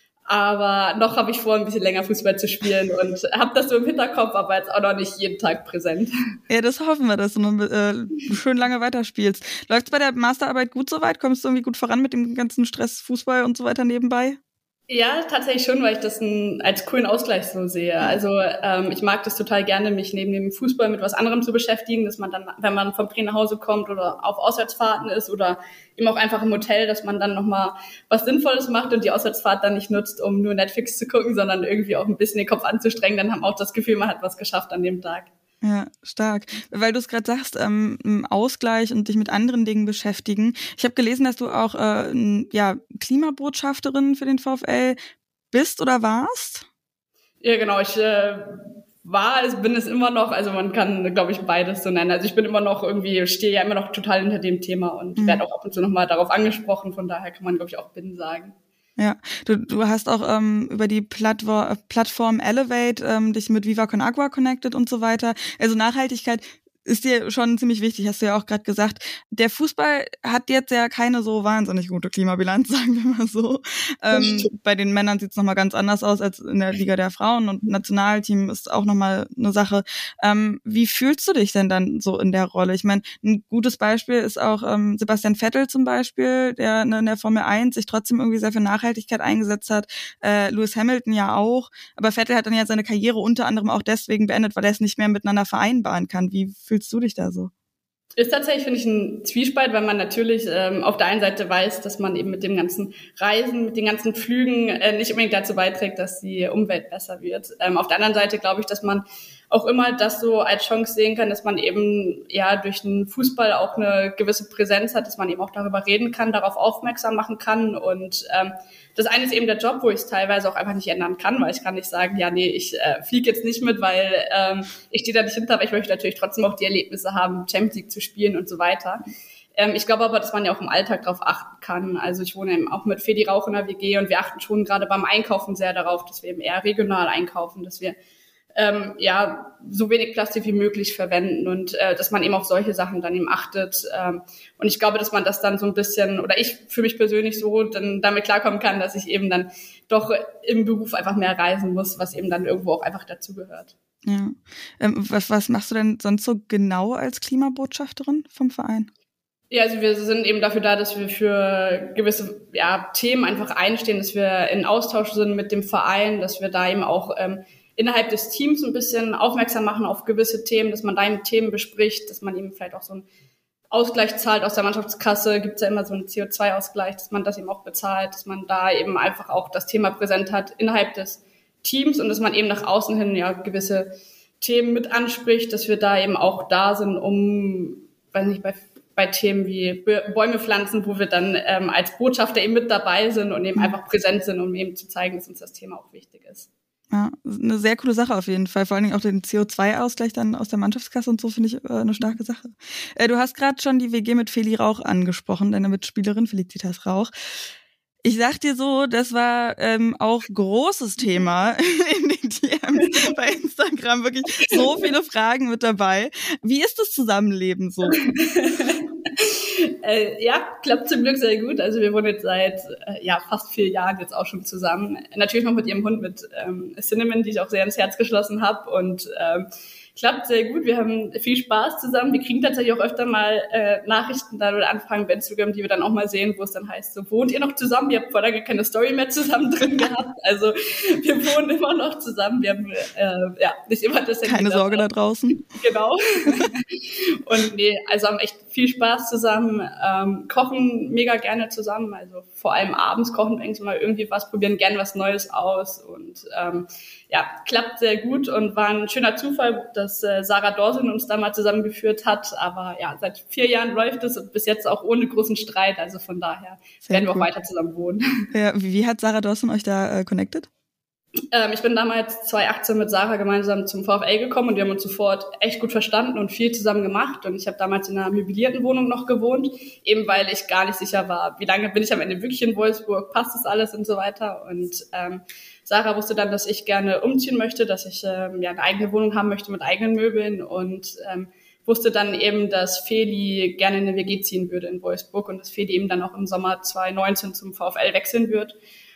Aber noch habe ich vor, ein bisschen länger Fußball zu spielen und habe das so im Hinterkopf, aber jetzt auch noch nicht jeden Tag präsent. Ja, das hoffen wir, dass du noch äh, schön lange weiterspielst. Läuft's bei der Masterarbeit gut soweit? Kommst du irgendwie gut voran mit dem ganzen Stress, Fußball und so weiter nebenbei? Ja, tatsächlich schon, weil ich das ein, als coolen Ausgleich so sehe. Also ähm, ich mag das total gerne, mich neben dem Fußball mit was anderem zu beschäftigen, dass man dann, wenn man vom Training nach Hause kommt oder auf Auswärtsfahrten ist oder eben auch einfach im Hotel, dass man dann nochmal was Sinnvolles macht und die Auswärtsfahrt dann nicht nutzt, um nur Netflix zu gucken, sondern irgendwie auch ein bisschen den Kopf anzustrengen. Dann haben wir auch das Gefühl, man hat was geschafft an dem Tag. Ja, stark. Weil du es gerade sagst, ähm, Ausgleich und dich mit anderen Dingen beschäftigen. Ich habe gelesen, dass du auch äh, ja, Klimabotschafterin für den VfL bist oder warst? Ja, genau. Ich äh, war, es bin es immer noch. Also man kann, glaube ich, beides so nennen. Also ich bin immer noch irgendwie, stehe ja immer noch total hinter dem Thema und mhm. werde auch ab und zu nochmal darauf angesprochen. Von daher kann man, glaube ich, auch bin sagen. Ja, du, du hast auch ähm, über die Plattform, Plattform Elevate ähm, dich mit Viva Con Agua connected und so weiter. Also Nachhaltigkeit ist dir schon ziemlich wichtig, hast du ja auch gerade gesagt. Der Fußball hat jetzt ja keine so wahnsinnig gute Klimabilanz, sagen wir mal so. Ähm, bei den Männern sieht es nochmal ganz anders aus als in der Liga der Frauen und Nationalteam ist auch nochmal eine Sache. Ähm, wie fühlst du dich denn dann so in der Rolle? Ich meine, ein gutes Beispiel ist auch ähm, Sebastian Vettel zum Beispiel, der in der Formel eins sich trotzdem irgendwie sehr für Nachhaltigkeit eingesetzt hat. Äh, Lewis Hamilton ja auch. Aber Vettel hat dann ja seine Karriere unter anderem auch deswegen beendet, weil er es nicht mehr miteinander vereinbaren kann. Wie fühlst du dich da so? Ist tatsächlich, finde ich, ein Zwiespalt, weil man natürlich ähm, auf der einen Seite weiß, dass man eben mit dem ganzen Reisen, mit den ganzen Flügen äh, nicht unbedingt dazu beiträgt, dass die Umwelt besser wird. Ähm, auf der anderen Seite glaube ich, dass man auch immer das so als Chance sehen kann, dass man eben ja durch den Fußball auch eine gewisse Präsenz hat, dass man eben auch darüber reden kann, darauf aufmerksam machen kann. Und ähm, das eine ist eben der Job, wo ich es teilweise auch einfach nicht ändern kann, weil ich kann nicht sagen, ja, nee, ich äh, fliege jetzt nicht mit, weil ähm, ich stehe da nicht hinter, aber ich möchte natürlich trotzdem auch die Erlebnisse haben, Champions League zu spielen und so weiter. Ähm, ich glaube aber, dass man ja auch im Alltag darauf achten kann. Also ich wohne eben auch mit Fedi Rauch in der W G und wir achten schon gerade beim Einkaufen sehr darauf, dass wir eben eher regional einkaufen, dass wir ähm, ja so wenig Plastik wie möglich verwenden und äh, dass man eben auf solche Sachen dann eben achtet. Ähm, und ich glaube, dass man das dann so ein bisschen, oder ich für mich persönlich so dann damit klarkommen kann, dass ich eben dann doch im Beruf einfach mehr reisen muss, was eben dann irgendwo auch einfach dazugehört. Ja. Ähm, was, was machst du denn sonst so genau als Klimabotschafterin vom Verein? Ja, also wir sind eben dafür da, dass wir für gewisse ja, Themen einfach einstehen, dass wir in Austausch sind mit dem Verein, dass wir da eben auch ähm, innerhalb des Teams ein bisschen aufmerksam machen auf gewisse Themen, dass man da eben Themen bespricht, dass man eben vielleicht auch so einen Ausgleich zahlt aus der Mannschaftskasse, gibt es ja immer so einen C O zwei Ausgleich, dass man das eben auch bezahlt, dass man da eben einfach auch das Thema präsent hat innerhalb des Teams und dass man eben nach außen hin ja gewisse Themen mit anspricht, dass wir da eben auch da sind, um, weiß nicht, bei bei Themen wie Bäume pflanzen, wo wir dann ähm, als Botschafter eben mit dabei sind und eben einfach präsent sind, um eben zu zeigen, dass uns das Thema auch wichtig ist. Ja, eine sehr coole Sache auf jeden Fall. Vor allen Dingen auch den C O zwei Ausgleich dann aus der Mannschaftskasse und so finde ich äh, eine starke Sache. Äh, du hast gerade schon die W G mit Feli Rauch angesprochen, deine Mitspielerin Felicitas Rauch. Ich sag dir so, das war ähm, auch großes Thema in den D Ms bei Instagram. Wirklich so viele Fragen mit dabei. Wie ist das Zusammenleben so? äh, ja, klappt zum Glück sehr gut. Also wir wohnen jetzt seit äh, ja fast vier Jahren jetzt auch schon zusammen. Natürlich noch mit ihrem Hund, mit ähm, Cinnamon, die ich auch sehr ins Herz geschlossen habe. Und ähm, klappt sehr gut. Wir haben viel Spaß zusammen. Wir kriegen tatsächlich auch öfter mal äh, Nachrichten dann oder Anfragen bei Instagram, die wir dann auch mal sehen, wo es dann heißt, so, wohnt ihr noch zusammen? Ihr habt vorher gar keine Story mehr zusammen drin gehabt. Also wir wohnen immer noch zusammen. Wir haben äh, ja nicht immer das Handy keine Sorge da draußen. Genau. Und nee, also haben echt viel Spaß zusammen. Ähm, kochen mega gerne zusammen. Also vor allem abends kochen wir eigentlich mal irgendwie was, probieren gerne was Neues aus. Und ähm, ja, klappt sehr gut und war ein schöner Zufall, dass äh, Sarah Dorsin uns da mal zusammengeführt hat. Aber ja, seit vier Jahren läuft es und bis jetzt auch ohne großen Streit. Also von daher sehr werden wir cool. auch weiter zusammen wohnen. Ja, wie, wie hat Sarah Dorsin euch da äh, connected? Ähm, ich bin damals zwanzig achtzehn mit Sarah gemeinsam zum VfL gekommen und wir haben uns sofort echt gut verstanden und viel zusammen gemacht. Und ich habe damals in einer möblierten Wohnung noch gewohnt, eben weil ich gar nicht sicher war, wie lange bin ich am Ende wirklich in Wolfsburg, passt das alles und so weiter. Und ähm, Sarah wusste dann, dass ich gerne umziehen möchte, dass ich ähm, ja eine eigene Wohnung haben möchte mit eigenen Möbeln und ähm, wusste dann eben, dass Feli gerne in eine W G ziehen würde in Wolfsburg und dass Feli eben dann auch im Sommer zwanzig neunzehn zum VfL wechseln wird.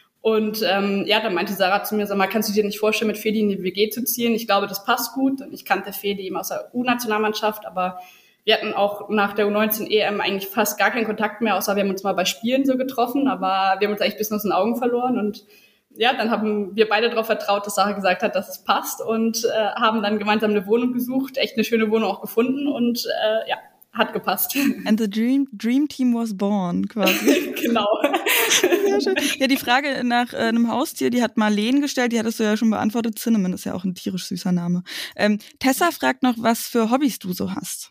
Und ähm, ja, dann meinte Sarah zu mir, sag mal, kannst du dir nicht vorstellen, mit Feli in die W G zu ziehen? Ich glaube, das passt gut. Und ich kannte Feli eben aus der U-Nationalmannschaft, aber wir hatten auch nach der U neunzehn E M eigentlich fast gar keinen Kontakt mehr, außer wir haben uns mal bei Spielen so getroffen, aber wir haben uns eigentlich ein bisschen aus den Augen verloren. Und ja, dann haben wir beide darauf vertraut, dass Sarah gesagt hat, dass es passt und äh, haben dann gemeinsam eine Wohnung gesucht, echt eine schöne Wohnung auch gefunden und äh, ja, hat gepasst. And the dream, dream team was born, quasi. Genau. Sehr schön. Ja, die Frage nach äh, einem Haustier, die hat Marlene gestellt, die hattest du ja schon beantwortet. Cinnamon ist ja auch ein tierisch süßer Name. Ähm, Tessa fragt noch, was für Hobbys du so hast.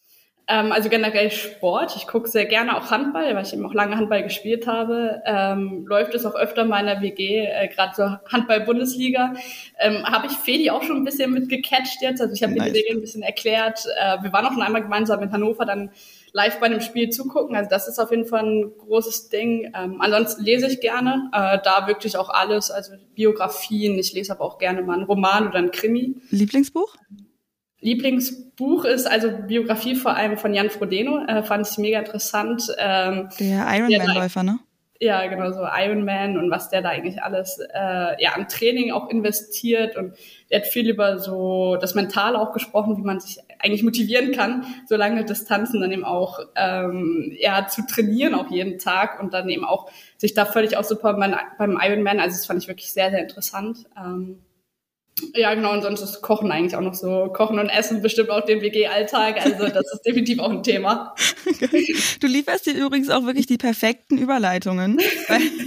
Ähm, also generell Sport. Ich gucke sehr gerne auch Handball, weil ich eben auch lange Handball gespielt habe. Ähm, läuft es auch öfter mal in der W G, äh, gerade so Handball-Bundesliga. Ähm, habe ich Feli auch schon ein bisschen mit gecatcht jetzt. Also ich habe nice. mir die Regeln ein bisschen erklärt. Äh, wir waren auch noch einmal gemeinsam in Hannover dann live bei einem Spiel zugucken. Also das ist auf jeden Fall ein großes Ding. Ähm, ansonsten lese ich gerne. Äh, da wirklich auch alles. Also Biografien. Ich lese aber auch gerne mal einen Roman oder einen Krimi. Lieblingsbuch? Lieblingsbuch ist also Biografie vor allem von Jan Frodeno, äh, fand ich mega interessant. Ähm, der Ironman-Läufer, ne? Ja, genau, so Ironman und was der da eigentlich alles äh, ja am Training auch investiert und der hat viel über so das Mentale auch gesprochen, wie man sich eigentlich motivieren kann, so lange Distanzen dann eben auch ähm, ja zu trainieren auch jeden Tag und dann eben auch sich da völlig auszupacken beim, beim Ironman, also das fand ich wirklich sehr, sehr interessant. Ähm, Ja, genau, und sonst ist Kochen eigentlich auch noch so. Kochen und Essen bestimmt auch den W G-Alltag, also das ist definitiv auch ein Thema. Du lieferst dir übrigens auch wirklich die perfekten Überleitungen, weil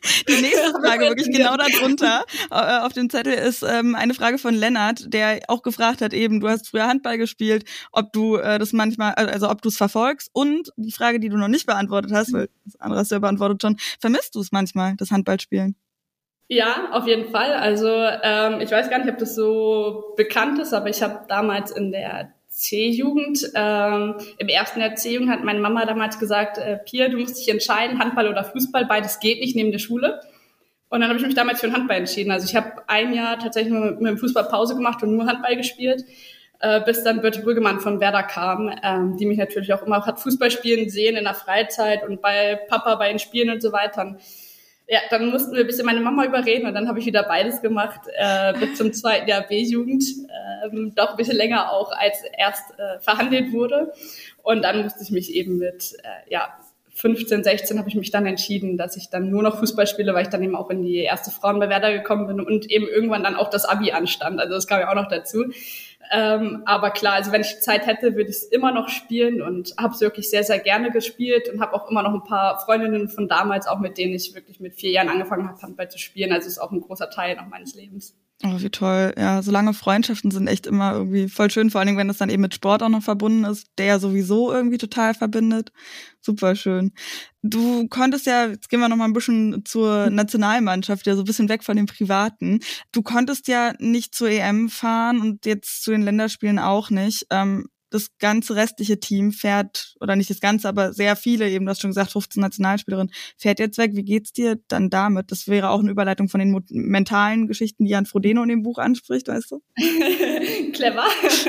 Die nächste Frage, wirklich genau darunter äh, auf dem Zettel, ist ähm, eine Frage von Lennart, der auch gefragt hat eben, du hast früher Handball gespielt, ob du äh, das manchmal, also ob du es verfolgst, und die Frage, die du noch nicht beantwortet hast, weil das andere hast du ja beantwortet schon, vermisst du es manchmal, das Handballspielen? Ja, auf jeden Fall. Also ähm, ich weiß gar nicht, ob das so bekannt ist, aber ich habe damals in der C-Jugend, ähm, im ersten Jahr C-Jugend hat meine Mama damals gesagt, äh, Pia, du musst dich entscheiden, Handball oder Fußball, beides geht nicht neben der Schule. Und dann habe ich mich damals für den Handball entschieden. Also ich habe ein Jahr tatsächlich nur mit, mit dem Fußball Pause gemacht und nur Handball gespielt, äh, bis dann Birte Brüggemann von Werder kam, ähm, die mich natürlich auch immer hat Fußball spielen sehen in der Freizeit und bei Papa bei den Spielen und so weiter. Und ja, dann mussten wir ein bisschen meine Mama überreden und dann habe ich wieder beides gemacht, äh, bis zum zweiten Jahr B-Jugend, ähm, doch ein bisschen länger auch, als erst äh, verhandelt wurde. Und dann musste ich mich eben mit, äh, ja, fünfzehn, sechzehn habe ich mich dann entschieden, dass ich dann nur noch Fußball spiele, weil ich dann eben auch in die erste Frauen bei Werder gekommen bin und eben irgendwann dann auch das Abi anstand. Also das kam ja auch noch dazu. Ähm, aber klar, also wenn ich Zeit hätte, würde ich es immer noch spielen und habe es wirklich sehr, sehr gerne gespielt und habe auch immer noch ein paar Freundinnen von damals, auch mit denen ich wirklich mit vier Jahren angefangen habe, Handball zu spielen. Also es ist auch ein großer Teil noch meines Lebens. Oh, wie toll. Ja, so lange Freundschaften sind echt immer irgendwie voll schön, vor allen Dingen, wenn das dann eben mit Sport auch noch verbunden ist, der ja sowieso irgendwie total verbindet. Super schön. Du konntest ja, jetzt gehen wir noch mal ein bisschen zur Nationalmannschaft, ja so ein bisschen weg von dem Privaten. Du konntest ja nicht zur E M fahren und jetzt zu den Länderspielen auch nicht. Ähm, das ganze restliche Team fährt, oder nicht das ganze, aber sehr viele, eben, du hast schon gesagt, fünfzehn Nationalspielerinnen, fährt jetzt weg. Wie geht's dir dann damit? Das wäre auch eine Überleitung von den mentalen Geschichten, die Jan Frodeno in dem Buch anspricht, weißt du? Clever.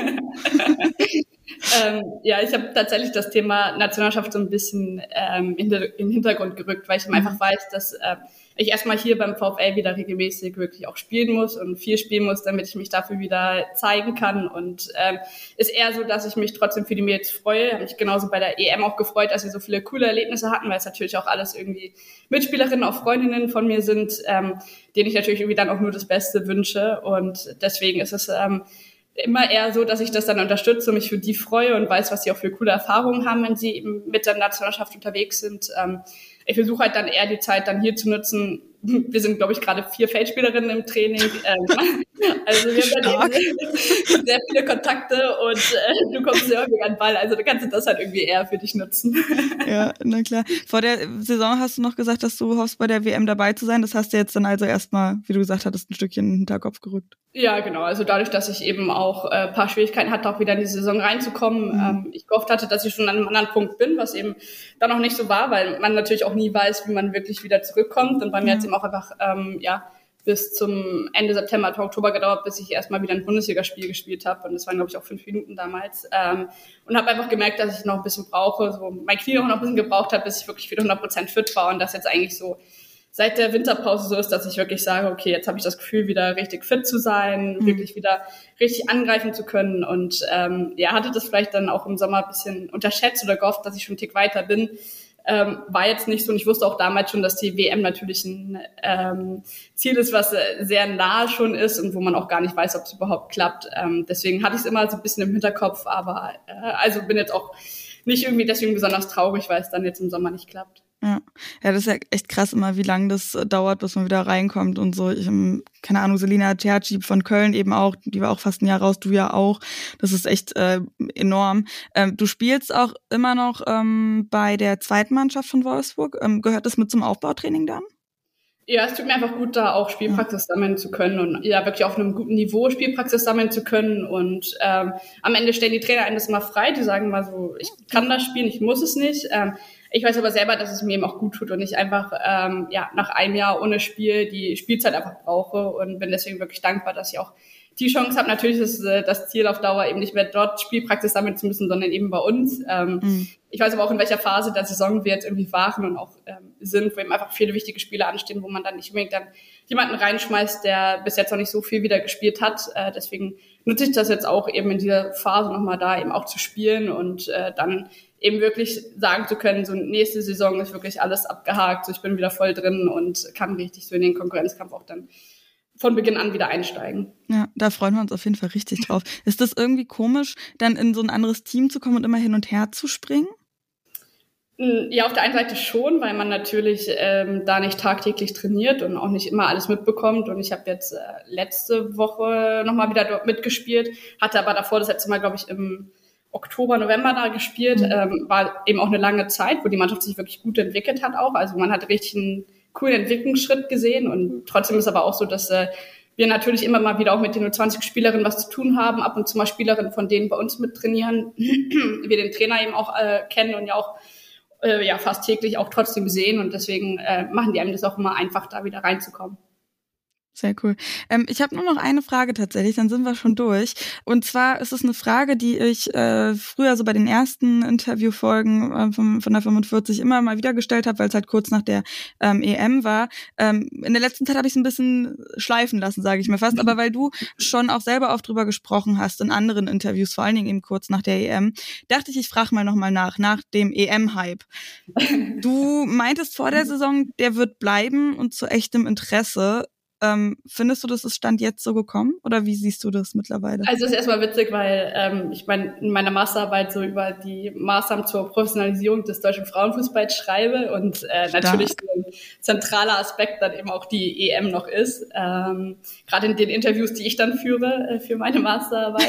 ähm, ja, ich habe tatsächlich das Thema Nationalschaft so ein bisschen ähm, in, de, in den Hintergrund gerückt, weil ich mhm. einfach weiß, dass äh, ich erstmal hier beim VfL wieder regelmäßig wirklich auch spielen muss und viel spielen muss, damit ich mich dafür wieder zeigen kann. Und ähm, ist eher so, dass ich mich trotzdem für die Mädels freue. Ich habe mich genauso bei der E M auch gefreut, dass wir so viele coole Erlebnisse hatten, weil es natürlich auch alles irgendwie Mitspielerinnen, auch Freundinnen von mir sind, ähm, denen ich natürlich irgendwie dann auch nur das Beste wünsche. Und deswegen ist es ähm, immer eher so, dass ich das dann unterstütze und mich für die freue und weiß, was sie auch für coole Erfahrungen haben, wenn sie eben mit der Nationalmannschaft unterwegs sind. Ähm, ich versuche halt dann eher die Zeit dann hier zu nutzen. Wir sind, glaube ich, gerade vier Feldspielerinnen im Training. Ähm, also wir haben dann eben sehr viele Kontakte und äh, du kommst sehr häufig an den Ball. Also du kannst das halt irgendwie eher für dich nutzen. Ja, na klar. Vor der Saison hast du noch gesagt, dass du hoffst, bei der W M dabei zu sein. Das hast du jetzt dann also erstmal, wie du gesagt hattest, ein Stückchen in den Hinterkopf gerückt. Ja, genau. Also dadurch, dass ich eben auch äh, paar Schwierigkeiten hatte, auch wieder in die Saison reinzukommen. Mhm. Ähm, ich gehofft hatte, dass ich schon an einem anderen Punkt bin, was eben dann auch nicht so war, weil man natürlich auch nie weiß, wie man wirklich wieder zurückkommt. Und bei mir hat es eben auch einfach ähm, ja bis zum Ende September, Oktober gedauert, bis ich erstmal wieder ein Bundesligaspiel gespielt habe. Und das waren, glaube ich, auch fünf Minuten damals. Ähm, und habe einfach gemerkt, dass ich noch ein bisschen brauche, so mein Knie auch noch ein bisschen gebraucht hat, bis ich wirklich wieder hundert Prozent fit war. Und das jetzt eigentlich so seit der Winterpause so ist, dass ich wirklich sage, okay, jetzt habe ich das Gefühl, wieder richtig fit zu sein, mhm. wirklich wieder richtig angreifen zu können. Und ähm, ja, hatte das vielleicht dann auch im Sommer ein bisschen unterschätzt oder gehofft, dass ich schon einen Tick weiter bin. Ähm, war jetzt nicht so. Und ich wusste auch damals schon, dass die W M natürlich ein ähm, Ziel ist, was äh, sehr nahe schon ist und wo man auch gar nicht weiß, ob es überhaupt klappt. Ähm, deswegen hatte ich es immer so ein bisschen im Hinterkopf, aber äh, also bin jetzt auch nicht irgendwie deswegen besonders traurig, weil es dann jetzt im Sommer nicht klappt. Ja, ja, das ist ja echt krass immer, wie lange das dauert, bis man wieder reinkommt und so. Ich, keine Ahnung, Selina Cerci von Köln eben auch, die war auch fast ein Jahr raus, du ja auch. Das ist echt äh, enorm. Ähm, du spielst auch immer noch ähm, bei der zweiten Mannschaft von Wolfsburg. Ähm, gehört das mit zum Aufbautraining dann? Ja, es tut mir einfach gut, da auch Spielpraxis sammeln zu können und ja wirklich auf einem guten Niveau Spielpraxis sammeln zu können. Und ähm, am Ende stellen die Trainer einem das immer frei. Die sagen mal so, ich kann das spielen, ich muss es nicht. Ähm, ich weiß aber selber, dass es mir eben auch gut tut und ich einfach ähm, ja nach einem Jahr ohne Spiel die Spielzeit einfach brauche und bin deswegen wirklich dankbar, dass ich auch die Chance habe. Natürlich ist äh, das Ziel auf Dauer eben nicht mehr dort Spielpraxis sammeln zu müssen, sondern eben bei uns. Ähm, mhm. Ich weiß aber auch, in welcher Phase der Saison wir jetzt irgendwie waren und auch ähm, sind, wo eben einfach viele wichtige Spiele anstehen, wo man dann nicht unbedingt dann jemanden reinschmeißt, der bis jetzt noch nicht so viel wieder gespielt hat. Äh, deswegen nutze ich das jetzt auch eben in dieser Phase nochmal da eben auch zu spielen und äh, dann eben wirklich sagen zu können, so nächste Saison ist wirklich alles abgehakt, so ich bin wieder voll drin und kann richtig so in den Konkurrenzkampf auch dann von Beginn an wieder einsteigen. Ja, da freuen wir uns auf jeden Fall richtig drauf. Ist das irgendwie komisch, dann in so ein anderes Team zu kommen und immer hin und her zu springen? Ja, auf der einen Seite schon, weil man natürlich ähm, da nicht tagtäglich trainiert und auch nicht immer alles mitbekommt. Und ich habe jetzt äh, letzte Woche nochmal wieder dort mitgespielt, hatte aber davor das letzte Mal, glaube ich, im Oktober, November da gespielt. Mhm. Ähm, war eben auch eine lange Zeit, wo die Mannschaft sich wirklich gut entwickelt hat auch. Also man hat richtig einen coolen Entwicklungsschritt gesehen. Und trotzdem ist aber auch so, dass äh, wir natürlich immer mal wieder auch mit den U zwanzig Spielerinnen was zu tun haben. Ab und zu mal Spielerinnen von denen bei uns mit trainieren. Wir den Trainer eben auch äh, kennen und ja auch äh, ja fast täglich auch trotzdem sehen. Und deswegen äh, machen die einem das auch immer einfach, da wieder reinzukommen. Sehr cool. Ähm, ich habe nur noch eine Frage tatsächlich, dann sind wir schon durch. Und zwar ist es eine Frage, die ich äh, früher so bei den ersten Interviewfolgen äh, von, von der fünfundvierzig immer mal wieder gestellt habe, weil es halt kurz nach der ähm, E M war. Ähm, in der letzten Zeit habe ich es ein bisschen schleifen lassen, sage ich mir fast. Aber weil du schon auch selber oft drüber gesprochen hast in anderen Interviews, vor allen Dingen eben kurz nach der E M, dachte ich, ich frage mal nochmal nach, nach dem E M-Hype. Du meintest vor der Saison, der wird bleiben und zu echtem Interesse. Ähm, findest du, das ist Stand jetzt so gekommen oder wie siehst du das mittlerweile? Also es ist erstmal witzig, weil ähm, ich mein, in meiner Masterarbeit so über die Maßnahmen zur Professionalisierung des deutschen Frauenfußballs schreibe und äh, natürlich so ein zentraler Aspekt dann eben auch die E M noch ist. Ähm, gerade in den Interviews, die ich dann führe äh, für meine Masterarbeit,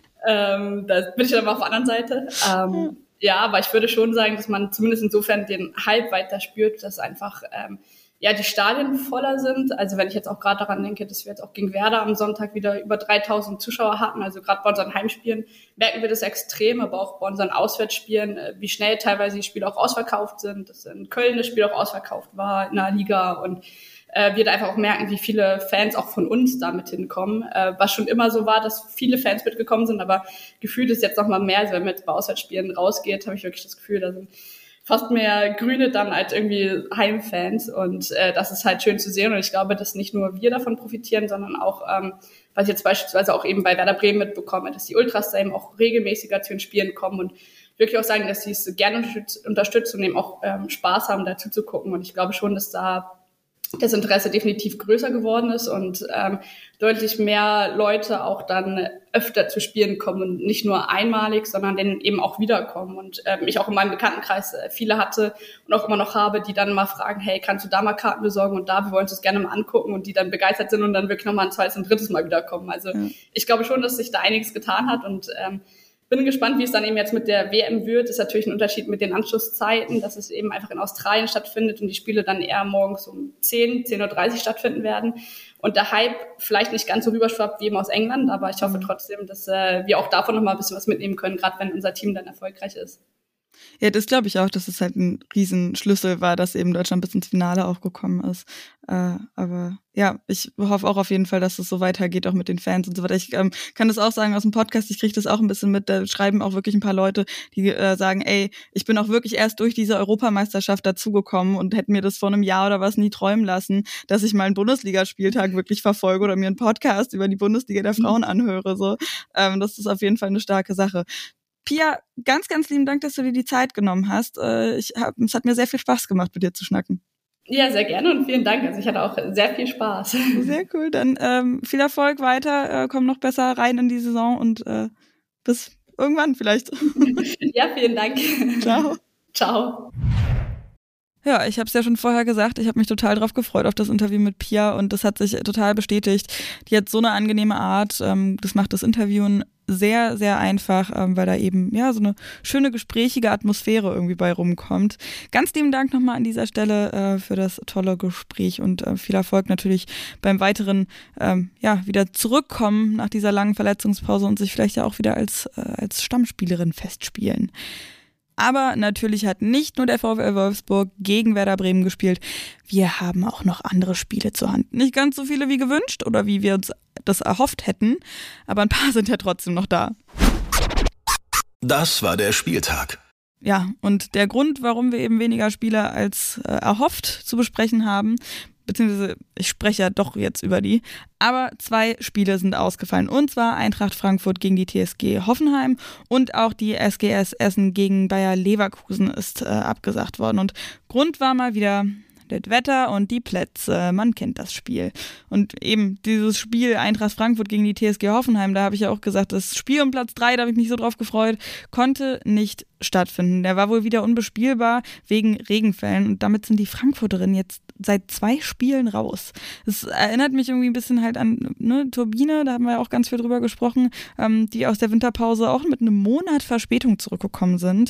ähm, da bin ich dann aber auf der anderen Seite. Ähm, ja, aber ich würde schon sagen, dass man zumindest insofern den Hype weiter spürt, dass einfach ähm, ja, die Stadien voller sind. Also wenn ich jetzt auch gerade daran denke, dass wir jetzt auch gegen Werder am Sonntag wieder über dreitausend Zuschauer hatten, also gerade bei unseren Heimspielen merken wir das extrem, aber auch bei unseren Auswärtsspielen, wie schnell teilweise die Spiele auch ausverkauft sind, dass in Köln das Spiel auch ausverkauft war in der Liga und äh, wir da einfach auch merken, wie viele Fans auch von uns da mit hinkommen, äh, was schon immer so war, dass viele Fans mitgekommen sind, aber gefühlt ist jetzt noch mal mehr, also wenn man jetzt bei Auswärtsspielen rausgeht, habe ich wirklich das Gefühl, da sind fast mehr Grüne dann als irgendwie Heimfans und äh, das ist halt schön zu sehen und ich glaube, dass nicht nur wir davon profitieren, sondern auch, ähm, was ich jetzt beispielsweise auch eben bei Werder Bremen mitbekomme, dass die Ultras da eben auch regelmäßiger zu den Spielen kommen und wirklich auch sagen, dass sie es gerne unterstützen und eben auch ähm, Spaß haben, dazu zu gucken und ich glaube schon, dass da das Interesse definitiv größer geworden ist und ähm, deutlich mehr Leute auch dann öfter zu Spielen kommen und nicht nur einmalig, sondern dann eben auch wiederkommen. Und ähm, ich auch in meinem Bekanntenkreis äh, viele hatte und auch immer noch habe, die dann mal fragen, hey, kannst du da mal Karten besorgen und da, wir wollen uns das gerne mal angucken und die dann begeistert sind und dann wirklich nochmal ein zweites und drittes Mal wiederkommen. Also ja. Ich glaube schon, dass sich da einiges getan hat und ähm, bin gespannt, wie es dann eben jetzt mit der W M wird. Das ist natürlich ein Unterschied mit den Anschlusszeiten, dass es eben einfach in Australien stattfindet und die Spiele dann eher morgens um zehn, zehn Uhr dreißig stattfinden werden. Und der Hype vielleicht nicht ganz so rüberschwappt wie eben aus England, aber ich hoffe trotzdem, dass äh, wir auch davon nochmal ein bisschen was mitnehmen können, gerade wenn unser Team dann erfolgreich ist. Ja, das glaube ich auch, dass es halt ein Riesenschlüssel war, dass eben Deutschland bis ins Finale auch gekommen ist. Äh, aber ja, ich hoffe auch auf jeden Fall, dass es so weitergeht, auch mit den Fans und so weiter. Ich ähm, kann das auch sagen aus dem Podcast, ich kriege das auch ein bisschen mit, da schreiben auch wirklich ein paar Leute, die äh, sagen, ey, ich bin auch wirklich erst durch diese Europameisterschaft dazugekommen und hätte mir das vor einem Jahr oder was nie träumen lassen, dass ich mal einen Bundesligaspieltag wirklich verfolge oder mir einen Podcast über die Bundesliga der Frauen anhöre. So, ähm, das ist auf jeden Fall eine starke Sache. Pia, ganz, ganz lieben Dank, dass du dir die Zeit genommen hast. Ich hab, es hat mir sehr viel Spaß gemacht, mit dir zu schnacken. Ja, sehr gerne und vielen Dank. Also ich hatte auch sehr viel Spaß. Sehr cool. Dann ähm, viel Erfolg weiter. Äh, komm noch besser rein in die Saison und äh, bis irgendwann vielleicht. Ja, vielen Dank. Ciao. Ciao. Ja, ich habe es ja schon vorher gesagt, ich habe mich total drauf gefreut auf das Interview mit Pia und das hat sich total bestätigt. Die hat so eine angenehme Art, ähm, das macht das Interviewen sehr, sehr einfach, ähm, weil da eben ja so eine schöne, gesprächige Atmosphäre irgendwie bei rumkommt. Ganz lieben Dank nochmal an dieser Stelle äh, für das tolle Gespräch und äh, viel Erfolg natürlich beim weiteren ähm, ja wieder zurückkommen nach dieser langen Verletzungspause und sich vielleicht ja auch wieder als, äh, als Stammspielerin festspielen. Aber natürlich hat nicht nur der VfL Wolfsburg gegen Werder Bremen gespielt. Wir haben auch noch andere Spiele zur Hand. Nicht ganz so viele wie gewünscht oder wie wir uns das erhofft hätten, aber ein paar sind ja trotzdem noch da. Das war der Spieltag. Ja, und der Grund, warum wir eben weniger Spiele als äh, erhofft zu besprechen haben, beziehungsweise ich spreche ja doch jetzt über die, aber zwei Spiele sind ausgefallen und zwar Eintracht Frankfurt gegen die T S G Hoffenheim und auch die S G S Essen gegen Bayer Leverkusen ist äh, abgesagt worden und Grund war mal wieder das Wetter und die Plätze, man kennt das Spiel. Und eben dieses Spiel Eintracht Frankfurt gegen die T S G Hoffenheim, da habe ich ja auch gesagt, das Spiel um Platz drei, da habe ich mich so drauf gefreut, konnte nicht stattfinden. Der war wohl wieder unbespielbar wegen Regenfällen und damit sind die Frankfurterinnen jetzt seit zwei Spielen raus. Das erinnert mich irgendwie ein bisschen halt an ne, Turbine, da haben wir ja auch ganz viel drüber gesprochen, ähm, die aus der Winterpause auch mit einem Monat Verspätung zurückgekommen sind.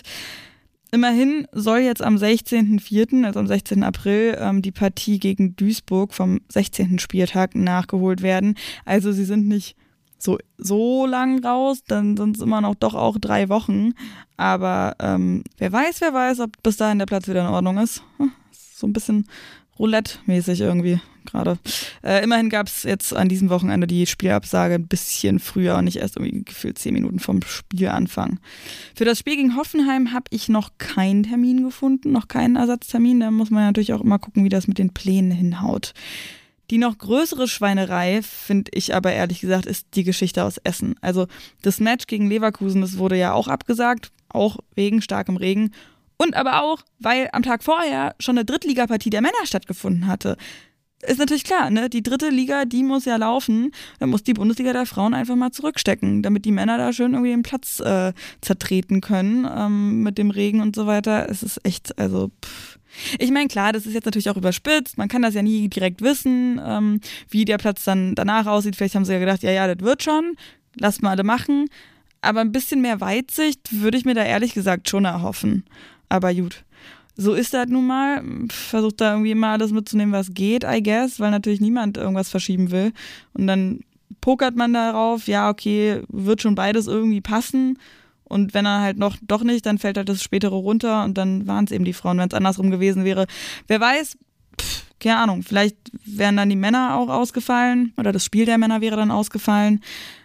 Immerhin soll jetzt am sechzehnten vierten, also am sechzehnten April, ähm, die Partie gegen Duisburg vom sechzehnten Spieltag nachgeholt werden. Also sie sind nicht so, so lang raus, dann sind es immer noch doch auch drei Wochen. Aber ähm, wer weiß, wer weiß, ob bis dahin der Platz wieder in Ordnung ist. Hm, so ein bisschen Roulette-mäßig irgendwie gerade. Äh, immerhin gab es jetzt an diesem Wochenende die Spielabsage ein bisschen früher und nicht erst irgendwie gefühlt zehn Minuten vom Spielanfang. Für das Spiel gegen Hoffenheim habe ich noch keinen Termin gefunden, noch keinen Ersatztermin. Da muss man natürlich auch immer gucken, wie das mit den Plänen hinhaut. Die noch größere Schweinerei, finde ich aber ehrlich gesagt, ist die Geschichte aus Essen. Also das Match gegen Leverkusen, das wurde ja auch abgesagt, auch wegen starkem Regen. Und aber auch, weil am Tag vorher schon eine Drittligapartie der Männer stattgefunden hatte. Ist natürlich klar, ne? Die dritte Liga, die muss ja laufen. Da muss die Bundesliga der Frauen einfach mal zurückstecken, damit die Männer da schön irgendwie den Platz äh, zertreten können ähm, mit dem Regen und so weiter. Es ist echt, also pff. Ich meine, klar, das ist jetzt natürlich auch überspitzt. Man kann das ja nie direkt wissen, ähm, wie der Platz dann danach aussieht. Vielleicht haben sie ja gedacht, ja, ja, das wird schon. Lasst mal alle machen. Aber ein bisschen mehr Weitsicht würde ich mir da ehrlich gesagt schon erhoffen. Aber gut, so ist das nun mal. Versucht da irgendwie immer alles mitzunehmen, was geht, I guess, weil natürlich niemand irgendwas verschieben will. Und dann pokert man darauf, ja, okay, wird schon beides irgendwie passen. Und wenn er halt noch doch nicht, dann fällt halt das Spätere runter und dann waren es eben die Frauen, wenn es andersrum gewesen wäre. Wer weiß, pff, keine Ahnung, vielleicht wären dann die Männer auch ausgefallen oder das Spiel der Männer wäre dann ausgefallen.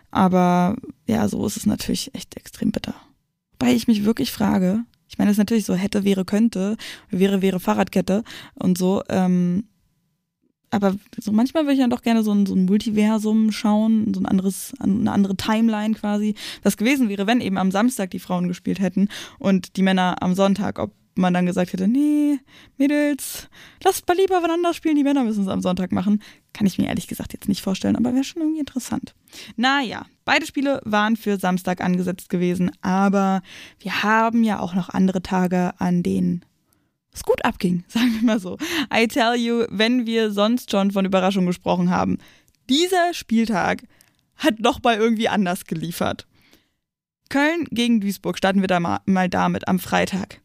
Aber ja, so ist es natürlich echt extrem bitter. Wobei ich mich wirklich frage, ich meine, es ist natürlich so hätte, wäre, könnte, wäre, wäre Fahrradkette und so, ähm, aber so manchmal würde ich dann doch gerne so ein, so ein Multiversum schauen, so ein anderes, eine andere Timeline quasi, was gewesen wäre, wenn eben am Samstag die Frauen gespielt hätten und die Männer am Sonntag, ob man dann gesagt hätte, nee, Mädels, lasst mal lieber voneinander spielen, die Männer müssen es am Sonntag machen. Kann ich mir ehrlich gesagt jetzt nicht vorstellen, aber wäre schon irgendwie interessant. Naja, beide Spiele waren für Samstag angesetzt gewesen, aber wir haben ja auch noch andere Tage, an denen es gut abging, sagen wir mal so. I tell you, wenn wir sonst schon von Überraschung gesprochen haben, dieser Spieltag hat noch mal irgendwie anders geliefert. Köln gegen Duisburg, starten wir da mal, mal damit am Freitag.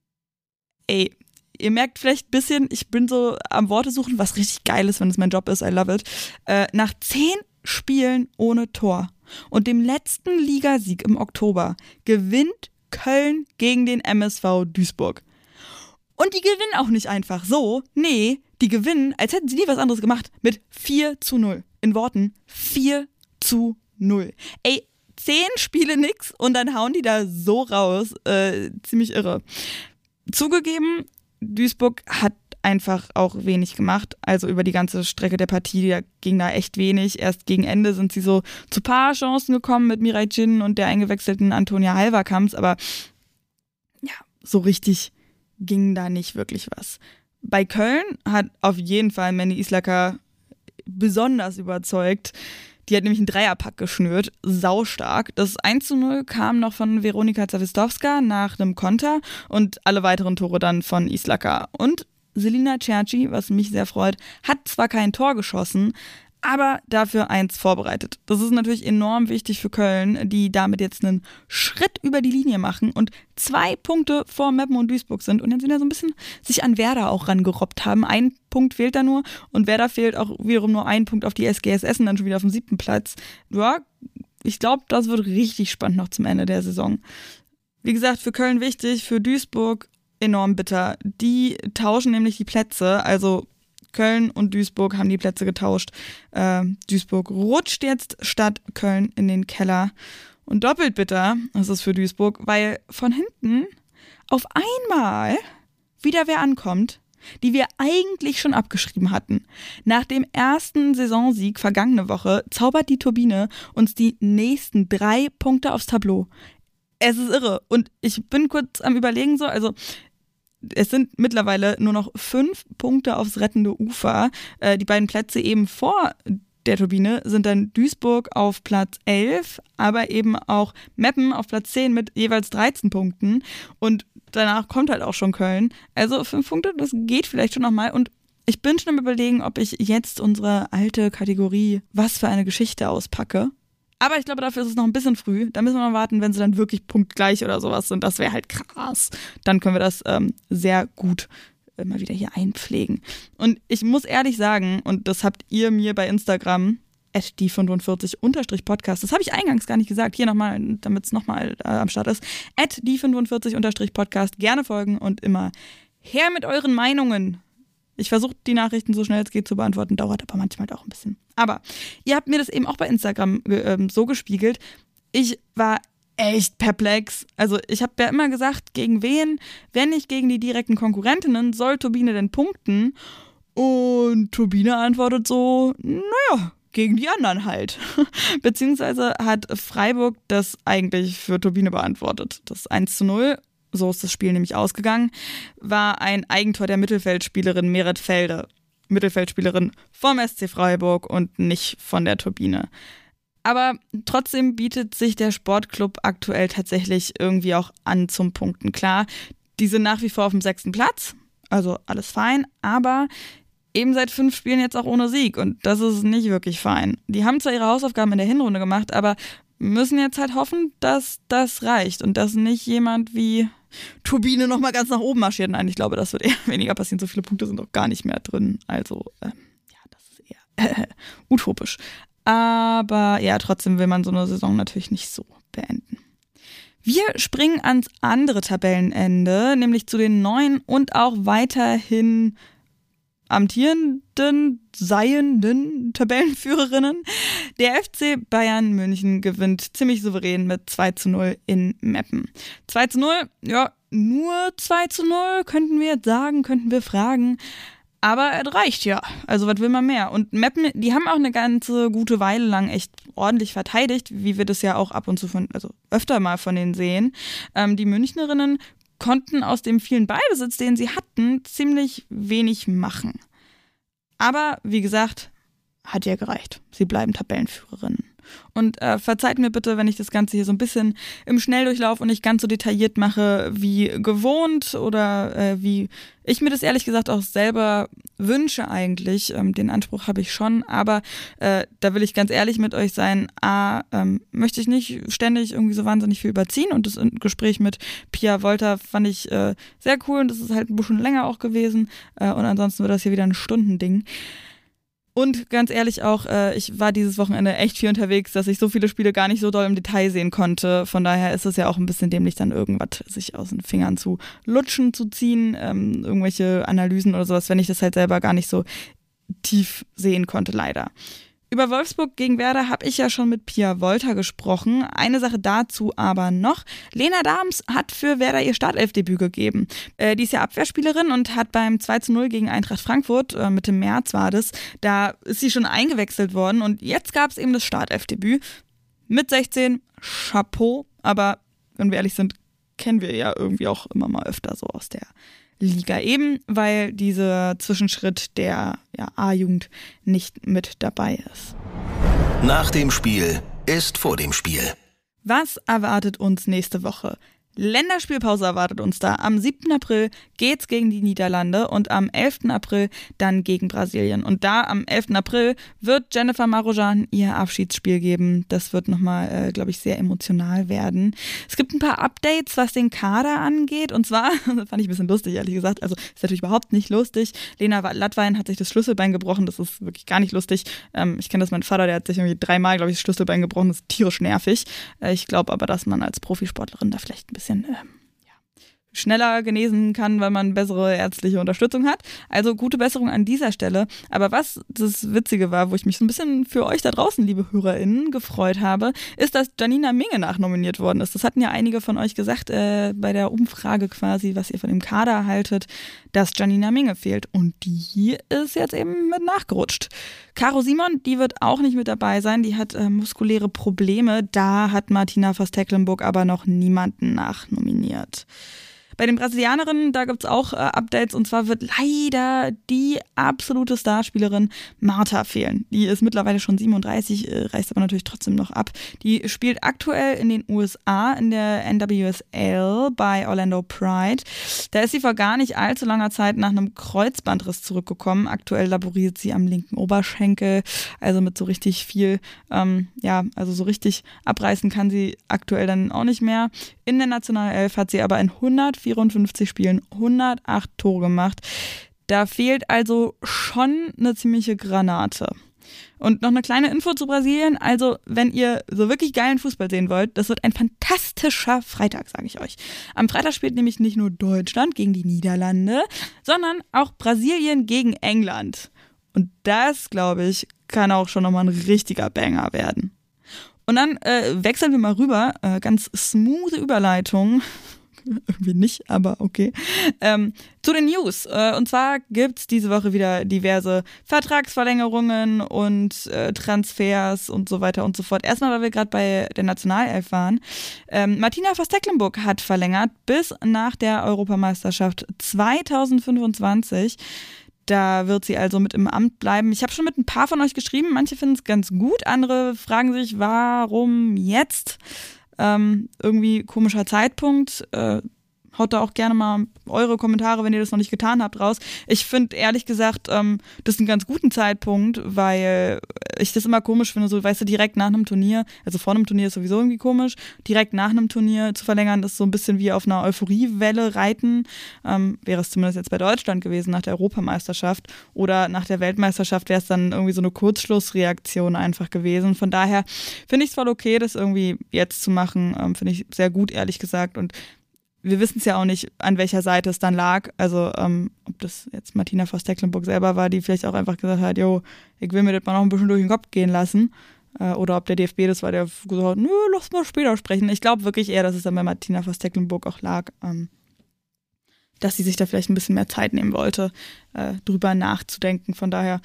Ey, ihr merkt vielleicht ein bisschen, ich bin so am Worte suchen, was richtig geil ist, wenn es mein Job ist, I love it. Äh, nach zehn Spielen ohne Tor und dem letzten Ligasieg im Oktober gewinnt Köln gegen den M S V Duisburg. Und die gewinnen auch nicht einfach so, nee, die gewinnen, als hätten sie nie was anderes gemacht, mit vier zu null. In Worten, vier zu null. Ey, zehn Spiele nix und dann hauen die da so raus, äh, ziemlich irre. Zugegeben, Duisburg hat einfach auch wenig gemacht. Also über die ganze Strecke der Partie da ging da echt wenig. Erst gegen Ende sind sie so zu paar Chancen gekommen mit Mirai Chin und der eingewechselten Antonia Halverkamps. Aber ja, so richtig ging da nicht wirklich was. Bei Köln hat auf jeden Fall Mandy Islacker besonders überzeugt. Die hat nämlich einen Dreierpack geschnürt, saustark. Das eins zu null kam noch von Veronika Zawistowska nach einem Konter und alle weiteren Tore dann von Islacker. Und Selina Cerci, was mich sehr freut, hat zwar kein Tor geschossen, aber dafür eins vorbereitet. Das ist natürlich enorm wichtig für Köln, die damit jetzt einen Schritt über die Linie machen und zwei Punkte vor Meppen und Duisburg sind und dann sind ja so ein bisschen sich an Werder auch rangerobbt haben. Ein Punkt fehlt da nur und Werder fehlt auch wiederum nur ein Punkt auf die S G S Essen, dann schon wieder auf dem siebten Platz. Ja, ich glaube, das wird richtig spannend noch zum Ende der Saison. Wie gesagt, für Köln wichtig, für Duisburg enorm bitter. Die tauschen nämlich die Plätze, also Köln und Duisburg haben die Plätze getauscht. Äh, Duisburg rutscht jetzt statt Köln in den Keller. Und doppelt bitter ist es für Duisburg, weil von hinten auf einmal wieder wer ankommt, die wir eigentlich schon abgeschrieben hatten. Nach dem ersten Saisonsieg vergangene Woche zaubert die Turbine uns die nächsten drei Punkte aufs Tableau. Es ist irre. Und ich bin kurz am Überlegen so, also es sind mittlerweile nur noch fünf Punkte aufs rettende Ufer. Äh, die beiden Plätze eben vor der Turbine sind dann Duisburg auf Platz elf, aber eben auch Meppen auf Platz zehn mit jeweils dreizehn Punkten. Und danach kommt halt auch schon Köln. Also fünf Punkte, das geht vielleicht schon nochmal. Und ich bin schon am Überlegen, ob ich jetzt unsere alte Kategorie Was für eine Geschichte auspacke. Aber ich glaube, dafür ist es noch ein bisschen früh. Da müssen wir mal warten, wenn sie dann wirklich punktgleich oder sowas sind. Das wäre halt krass. Dann können wir das ähm, sehr gut äh, mal wieder hier einpflegen. Und ich muss ehrlich sagen, und das habt ihr mir bei Instagram, at die fünfundvierzig Podcast, das habe ich eingangs gar nicht gesagt, hier nochmal, damit es nochmal äh, am Start ist, at die fünfundvierzig Podcast, gerne folgen und immer her mit euren Meinungen. Ich versuche, die Nachrichten so schnell es geht zu beantworten, dauert aber manchmal auch ein bisschen. Aber ihr habt mir das eben auch bei Instagram äh, so gespiegelt. Ich war echt perplex. Also ich habe ja immer gesagt, gegen wen, wenn nicht gegen die direkten Konkurrentinnen, soll Turbine denn punkten? Und Turbine antwortet so, naja, gegen die anderen halt. Beziehungsweise hat Freiburg das eigentlich für Turbine beantwortet. Das eins zu null. So ist das Spiel nämlich ausgegangen, war ein Eigentor der Mittelfeldspielerin Meret Felde. Mittelfeldspielerin vom S C Freiburg und nicht von der Turbine. Aber trotzdem bietet sich der Sportclub aktuell tatsächlich irgendwie auch an zum Punkten. Klar, die sind nach wie vor auf dem sechsten Platz, also alles fein, aber eben seit fünf Spielen jetzt auch ohne Sieg und das ist nicht wirklich fein. Die haben zwar ihre Hausaufgaben in der Hinrunde gemacht, aber müssen jetzt halt hoffen, dass das reicht und dass nicht jemand wie Turbine nochmal ganz nach oben marschiert. Nein, ich glaube, das wird eher weniger passieren. So viele Punkte sind doch gar nicht mehr drin. Also, ähm, ja, das ist eher äh, utopisch. Aber ja, trotzdem will man so eine Saison natürlich nicht so beenden. Wir springen ans andere Tabellenende, nämlich zu den neuen und auch weiterhin amtierenden, seienden Tabellenführerinnen. Der F C Bayern München gewinnt ziemlich souverän mit zwei zu null in Meppen. zwei zu null, ja, nur zwei zu null könnten wir jetzt sagen, könnten wir fragen. Aber es reicht ja. Also was will man mehr? Und Meppen, die haben auch eine ganze gute Weile lang echt ordentlich verteidigt, wie wir das ja auch ab und zu von, also öfter mal von denen sehen. Ähm, die Münchnerinnen konnten aus dem vielen Ballbesitz, den sie hatten, ziemlich wenig machen. Aber wie gesagt, hat ja gereicht. Sie bleiben Tabellenführerinnen. Und äh, verzeiht mir bitte, wenn ich das Ganze hier so ein bisschen im Schnelldurchlauf und nicht ganz so detailliert mache wie gewohnt oder äh, wie ich mir das ehrlich gesagt auch selber wünsche eigentlich. Ähm, den Anspruch habe ich schon, aber äh, da will ich ganz ehrlich mit euch sein. A, ähm, möchte ich nicht ständig irgendwie so wahnsinnig viel überziehen und das Gespräch mit Pia Wolter fand ich äh, sehr cool und das ist halt ein bisschen länger auch gewesen äh, und ansonsten wird das hier wieder ein Stundending. Und ganz ehrlich auch, äh, ich war dieses Wochenende echt viel unterwegs, dass ich so viele Spiele gar nicht so doll im Detail sehen konnte. Von daher ist es ja auch ein bisschen dämlich, dann irgendwas sich aus den Fingern zu lutschen, zu ziehen, ähm, irgendwelche Analysen oder sowas, wenn ich das halt selber gar nicht so tief sehen konnte, leider. Über Wolfsburg gegen Werder habe ich ja schon mit Pia Wolter gesprochen. Eine Sache dazu aber noch. Lena Dahms hat für Werder ihr Startelfdebüt gegeben. Äh, die ist ja Abwehrspielerin und hat beim zwei zu null gegen Eintracht Frankfurt, äh, Mitte März war das, da ist sie schon eingewechselt worden und jetzt gab es eben das Startelfdebüt. Mit sechzehn, Chapeau, aber wenn wir ehrlich sind, kennen wir ja irgendwie auch immer mal öfter so aus der Liga, eben weil dieser Zwischenschritt der ja, A-Jugend nicht mit dabei ist. Nach dem Spiel ist vor dem Spiel. Was erwartet uns nächste Woche? Länderspielpause erwartet uns da. Am siebten April geht's gegen die Niederlande und am elften April dann gegen Brasilien. Und da am elften April wird Jennifer Marujan ihr Abschiedsspiel geben. Das wird nochmal, äh, glaube ich, sehr emotional werden. Es gibt ein paar Updates, was den Kader angeht. Und zwar, das fand ich ein bisschen lustig, ehrlich gesagt. Also ist natürlich überhaupt nicht lustig. Lena Lattwein hat sich das Schlüsselbein gebrochen. Das ist wirklich gar nicht lustig. Ähm, ich kenne das, mein Vater, der hat sich irgendwie dreimal, glaube ich, das Schlüsselbein gebrochen. Das ist tierisch nervig. Äh, ich glaube aber, dass man als Profisportlerin da vielleicht ein bisschen Ähm, ja, schneller genesen kann, weil man bessere ärztliche Unterstützung hat. Also gute Besserung an dieser Stelle. Aber was das Witzige war, wo ich mich so ein bisschen für euch da draußen, liebe HörerInnen, gefreut habe, ist, dass Janina Minge nachnominiert worden ist. Das hatten ja einige von euch gesagt äh, bei der Umfrage quasi, was ihr von dem Kader haltet, dass Janina Minge fehlt. Und die ist jetzt eben mit nachgerutscht. Caro Simon, die wird auch nicht mit dabei sein. Die hat äh, muskuläre Probleme. Da hat Martina Voss-Tecklenburg aber noch niemanden nachnominiert. Bei den Brasilianerinnen, da gibt es auch äh, Updates und zwar wird leider die absolute Starspielerin Marta fehlen. Die ist mittlerweile schon siebenunddreißig, äh, reißt aber natürlich trotzdem noch ab. Die spielt aktuell in den U S A in der N W S L bei Orlando Pride. Da ist sie vor gar nicht allzu langer Zeit nach einem Kreuzbandriss zurückgekommen. Aktuell laboriert sie am linken Oberschenkel, also mit so richtig viel, ähm, ja, also so richtig abreißen kann sie aktuell dann auch nicht mehr. In der Nationalelf hat sie aber in hundertvierundfünfzig Spielen hundertacht Tore gemacht. Da fehlt also schon eine ziemliche Granate. Und noch eine kleine Info zu Brasilien. Also, wenn ihr so wirklich geilen Fußball sehen wollt, das wird ein fantastischer Freitag, sage ich euch. Am Freitag spielt nämlich nicht nur Deutschland gegen die Niederlande, sondern auch Brasilien gegen England. Und das, glaube ich, kann auch schon nochmal ein richtiger Banger werden. Und dann äh, wechseln wir mal rüber. Äh, ganz smooth Überleitung. Irgendwie nicht, aber okay. Ähm, zu den News. Äh, und zwar gibt es diese Woche wieder diverse Vertragsverlängerungen und äh, Transfers und so weiter und so fort. Erstmal, weil wir gerade bei der Nationalelf waren. Ähm, Martina Voss-Tecklenburg hat verlängert bis nach der Europameisterschaft zweitausendfünfundzwanzig. Da wird sie also mit im Amt bleiben. Ich habe schon mit ein paar von euch geschrieben. Manche finden es ganz gut. Andere fragen sich, warum jetzt? Ähm, irgendwie komischer Zeitpunkt. Äh, haut da auch gerne mal eure Kommentare, wenn ihr das noch nicht getan habt, raus. Ich finde ehrlich gesagt, ähm, das ist ein ganz guten Zeitpunkt, weil ich das immer komisch finde, so, weißt du, direkt nach einem Turnier, also vor einem Turnier ist sowieso irgendwie komisch, direkt nach einem Turnier zu verlängern, ist so ein bisschen wie auf einer Euphoriewelle reiten. Ähm, wäre es zumindest jetzt bei Deutschland gewesen, nach der Europameisterschaft oder nach der Weltmeisterschaft wäre es dann irgendwie so eine Kurzschlussreaktion einfach gewesen. Von daher finde ich es voll okay, das irgendwie jetzt zu machen, ähm, finde ich sehr gut, ehrlich gesagt, und wir wissen es ja auch nicht, an welcher Seite es dann lag. Also ähm, ob das jetzt Martina Voss-Tecklenburg selber war, die vielleicht auch einfach gesagt hat, jo, ich will mir das mal noch ein bisschen durch den Kopf gehen lassen. Äh, oder ob der D F B das war, der gesagt hat, nö, lass mal später sprechen. Ich glaube wirklich eher, dass es dann bei Martina Voss-Tecklenburg auch lag, ähm, dass sie sich da vielleicht ein bisschen mehr Zeit nehmen wollte, äh, drüber nachzudenken. Von daher,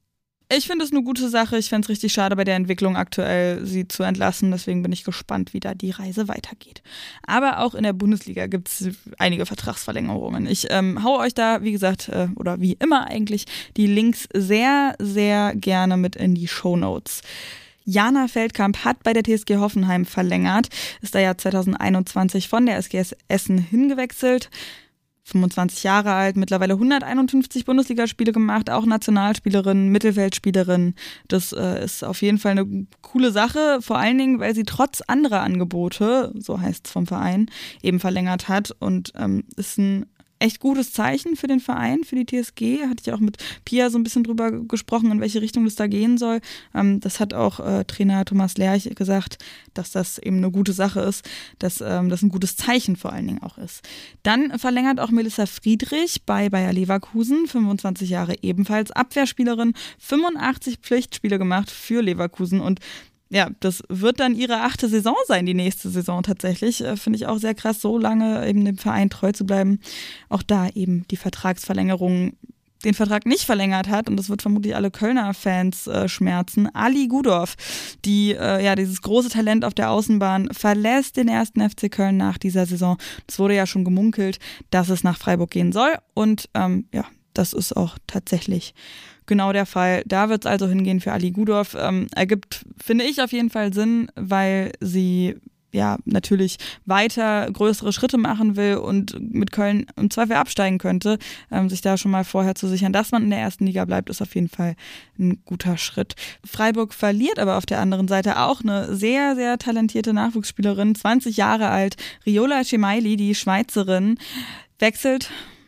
ich finde es eine gute Sache. Ich fände es richtig schade, bei der Entwicklung aktuell sie zu entlassen. Deswegen bin ich gespannt, wie da die Reise weitergeht. Aber auch in der Bundesliga gibt es einige Vertragsverlängerungen. Ich ähm, hau euch da, wie gesagt, äh, oder wie immer eigentlich, die Links sehr, sehr gerne mit in die Shownotes. Jana Feldkamp hat bei der T S G Hoffenheim verlängert, ist da ja zweitausendeinundzwanzig von der S G S Essen hingewechselt. fünfundzwanzig Jahre alt, mittlerweile hunderteinundfünfzig Bundesligaspiele gemacht, auch Nationalspielerin, Mittelfeldspielerin. Das äh, ist auf jeden Fall eine coole Sache, vor allen Dingen, weil sie trotz anderer Angebote, so heißt es vom Verein, eben verlängert hat und ähm, ist ein echt gutes Zeichen für den Verein, für die T S G. Hatte ich auch mit Pia so ein bisschen drüber gesprochen, in welche Richtung das da gehen soll. Ähm, das hat auch äh, Trainer Thomas Lerch gesagt, dass das eben eine gute Sache ist, dass ähm, das ein gutes Zeichen vor allen Dingen auch ist. Dann verlängert auch Melissa Friedrich bei Bayer Leverkusen, fünfundzwanzig Jahre ebenfalls Abwehrspielerin, fünfundachtzig Pflichtspiele gemacht für Leverkusen und ja, das wird dann ihre achte Saison sein, die nächste Saison tatsächlich. Äh, finde ich auch sehr krass, so lange eben dem Verein treu zu bleiben. Auch da eben die Vertragsverlängerung, den Vertrag nicht verlängert hat, und das wird vermutlich alle Kölner Fans äh, schmerzen. Ali Gudorf, die, äh, ja, dieses große Talent auf der Außenbahn, verlässt den ersten F C Köln nach dieser Saison. Es wurde ja schon gemunkelt, dass es nach Freiburg gehen soll und ähm, ja, das ist auch tatsächlich genau der Fall. Da wird es also hingehen für Ali Gudorf. Ähm, ergibt, finde ich, auf jeden Fall Sinn, weil sie ja natürlich weiter größere Schritte machen will und mit Köln im Zweifel absteigen könnte. Ähm, sich da schon mal vorher zu sichern, dass man in der ersten Liga bleibt, ist auf jeden Fall ein guter Schritt. Freiburg verliert aber auf der anderen Seite auch eine sehr, sehr talentierte Nachwuchsspielerin, zwanzig Jahre alt, Riola Cemaili, die Schweizerin, wechselt,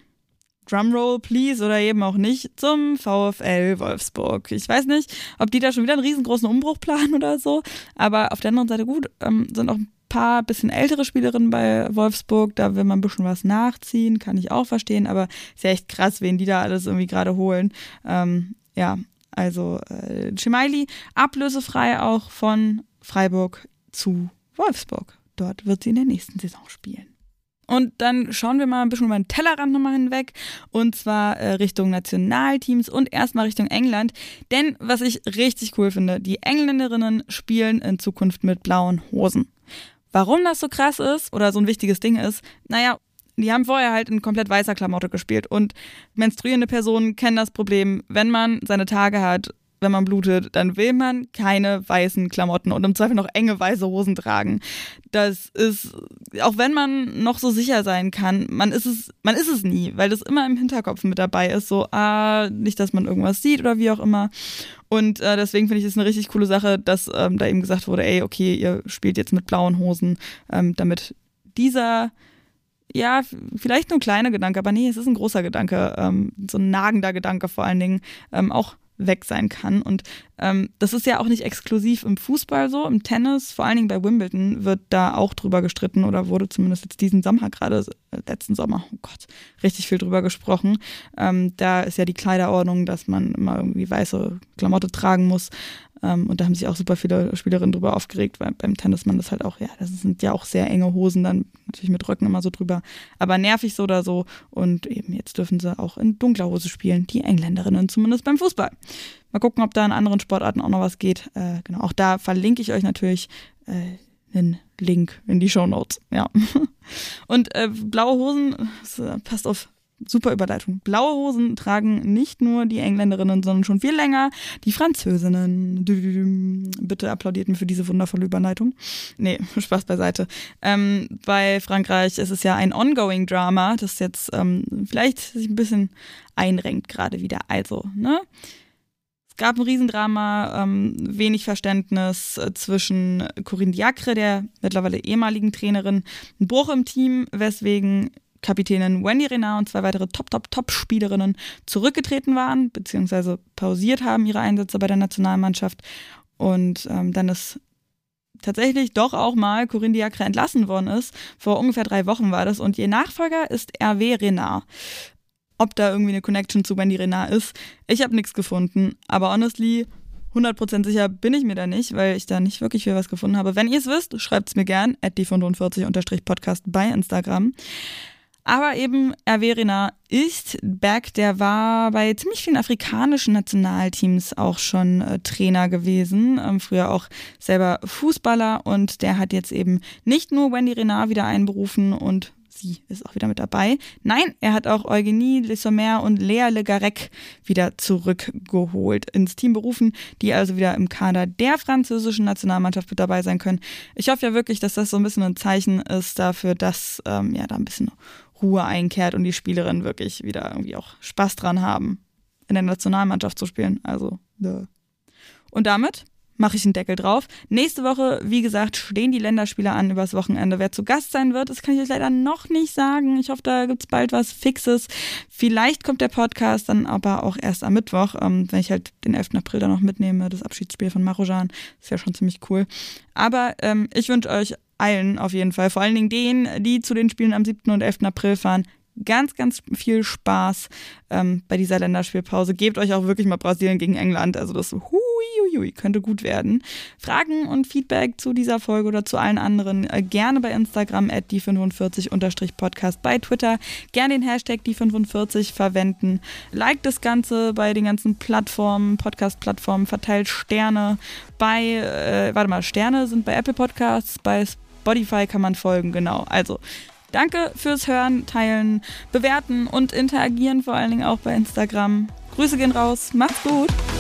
Drumroll, please, oder eben auch nicht, zum VfL Wolfsburg. Ich weiß nicht, ob die da schon wieder einen riesengroßen Umbruch planen oder so, aber auf der anderen Seite gut, ähm, sind auch ein paar bisschen ältere Spielerinnen bei Wolfsburg, da will man ein bisschen was nachziehen, kann ich auch verstehen, aber ist ja echt krass, wen die da alles irgendwie gerade holen. Ähm, ja, also äh, Cemaili ablösefrei auch von Freiburg zu Wolfsburg. Dort wird sie in der nächsten Saison spielen. Und dann schauen wir mal ein bisschen über den Tellerrand nochmal hinweg, und zwar äh, Richtung Nationalteams und erstmal Richtung England. Denn was ich richtig cool finde, die Engländerinnen spielen in Zukunft mit blauen Hosen. Warum das so krass ist oder so ein wichtiges Ding ist, naja, die haben vorher halt in komplett weißer Klamotte gespielt. Und menstruierende Personen kennen das Problem, wenn man seine Tage hat, wenn man blutet, dann will man keine weißen Klamotten und im Zweifel noch enge weiße Hosen tragen. Das ist, auch wenn man noch so sicher sein kann, man ist es, man ist es nie, weil das immer im Hinterkopf mit dabei ist, so, ah, nicht, dass man irgendwas sieht oder wie auch immer. Und äh, deswegen finde ich es eine richtig coole Sache, dass ähm, da eben gesagt wurde, ey, okay, ihr spielt jetzt mit blauen Hosen, ähm, damit dieser, ja, vielleicht nur ein kleiner Gedanke, aber nee, es ist ein großer Gedanke, ähm, so ein nagender Gedanke vor allen Dingen, ähm, auch weg sein kann. Und ähm, das ist ja auch nicht exklusiv im Fußball so, im Tennis, vor allen Dingen bei Wimbledon wird da auch drüber gestritten oder wurde zumindest jetzt diesen Sommer gerade, äh, letzten Sommer, oh Gott, richtig viel drüber gesprochen. Ähm, da ist ja die Kleiderordnung, dass man immer irgendwie weiße Klamotte tragen muss. Ähm, und da haben sich auch super viele Spielerinnen drüber aufgeregt, weil beim Tennis man das halt auch, ja, das sind ja auch sehr enge Hosen, dann natürlich mit Röcken immer so drüber, aber nervig so oder so. Und eben jetzt dürfen sie auch in dunkler Hose spielen, die Engländerinnen, zumindest beim Fußball. Mal gucken, ob da in anderen Sportarten auch noch was geht. Äh, genau, auch da verlinke ich euch natürlich äh, einen Link in die Shownotes. Ja. Und äh, blaue Hosen, das äh, passt auf. Super Überleitung. Blaue Hosen tragen nicht nur die Engländerinnen, sondern schon viel länger die Französinnen. Bitte applaudiert mir für diese wundervolle Überleitung. Nee, Spaß beiseite. Ähm, bei Frankreich ist es ja ein ongoing Drama, das jetzt ähm, vielleicht sich ein bisschen einrenkt gerade wieder. Also, ne? Es gab ein Riesendrama, ähm, wenig Verständnis äh, zwischen Corinne Diacre, der mittlerweile ehemaligen Trainerin, ein Bruch im Team, weswegen Kapitänin Wendy Renard und zwei weitere Top-Top-Top-Spielerinnen zurückgetreten waren, beziehungsweise pausiert haben ihre Einsätze bei der Nationalmannschaft. Und ähm, dann ist tatsächlich doch auch mal Corinne Diacre entlassen worden ist. Vor ungefähr drei Wochen war das. Und ihr Nachfolger ist Hervé Renard. Ob da irgendwie eine Connection zu Wendy Renard ist, ich habe nichts gefunden. Aber honestly, hundert Prozent sicher bin ich mir da nicht, weil ich da nicht wirklich viel was gefunden habe. Wenn ihr es wisst, schreibt es mir gern, at die fünfundvierzig Podcast bei Instagram. Aber eben Hervé Renard ist back, der war bei ziemlich vielen afrikanischen Nationalteams auch schon äh, Trainer gewesen, ähm, früher auch selber Fußballer und der hat jetzt eben nicht nur Wendy Renard wieder einberufen und sie ist auch wieder mit dabei. Nein, er hat auch Eugénie Le Sommer und Léa Le Garrec wieder zurückgeholt, ins Team berufen, die also wieder im Kader der französischen Nationalmannschaft mit dabei sein können. Ich hoffe ja wirklich, dass das so ein bisschen ein Zeichen ist dafür, dass ähm, ja da ein bisschen Ruhe einkehrt und die Spielerinnen wirklich wieder irgendwie auch Spaß dran haben, in der Nationalmannschaft zu spielen. Also, duh. Und damit mache ich einen Deckel drauf. Nächste Woche, wie gesagt, stehen die Länderspiele an übers Wochenende. Wer zu Gast sein wird, das kann ich euch leider noch nicht sagen. Ich hoffe, da gibt es bald was Fixes. Vielleicht kommt der Podcast dann aber auch erst am Mittwoch, ähm, wenn ich halt den elften April dann noch mitnehme, das Abschiedsspiel von Maroujan. Das wäre schon ziemlich cool. Aber ähm, ich wünsche euch allen auf jeden Fall, vor allen Dingen denen, die zu den Spielen am siebten und elften April fahren, ganz, ganz viel Spaß ähm, bei dieser Länderspielpause. Gebt euch auch wirklich mal Brasilien gegen England. Also das hui, hui, hui, könnte gut werden. Fragen und Feedback zu dieser Folge oder zu allen anderen äh, gerne bei Instagram at die fünfundvierzig Podcast, bei Twitter gerne den Hashtag die fünfundvierzig verwenden. Liked das Ganze bei den ganzen Plattformen, Podcast-Plattformen, verteilt Sterne. Bei, äh, warte mal, Sterne sind bei Apple Podcasts, bei Spotify kann man folgen, genau. Also danke fürs Hören, Teilen, Bewerten und Interagieren, vor allen Dingen auch bei Instagram. Grüße gehen raus, macht's gut!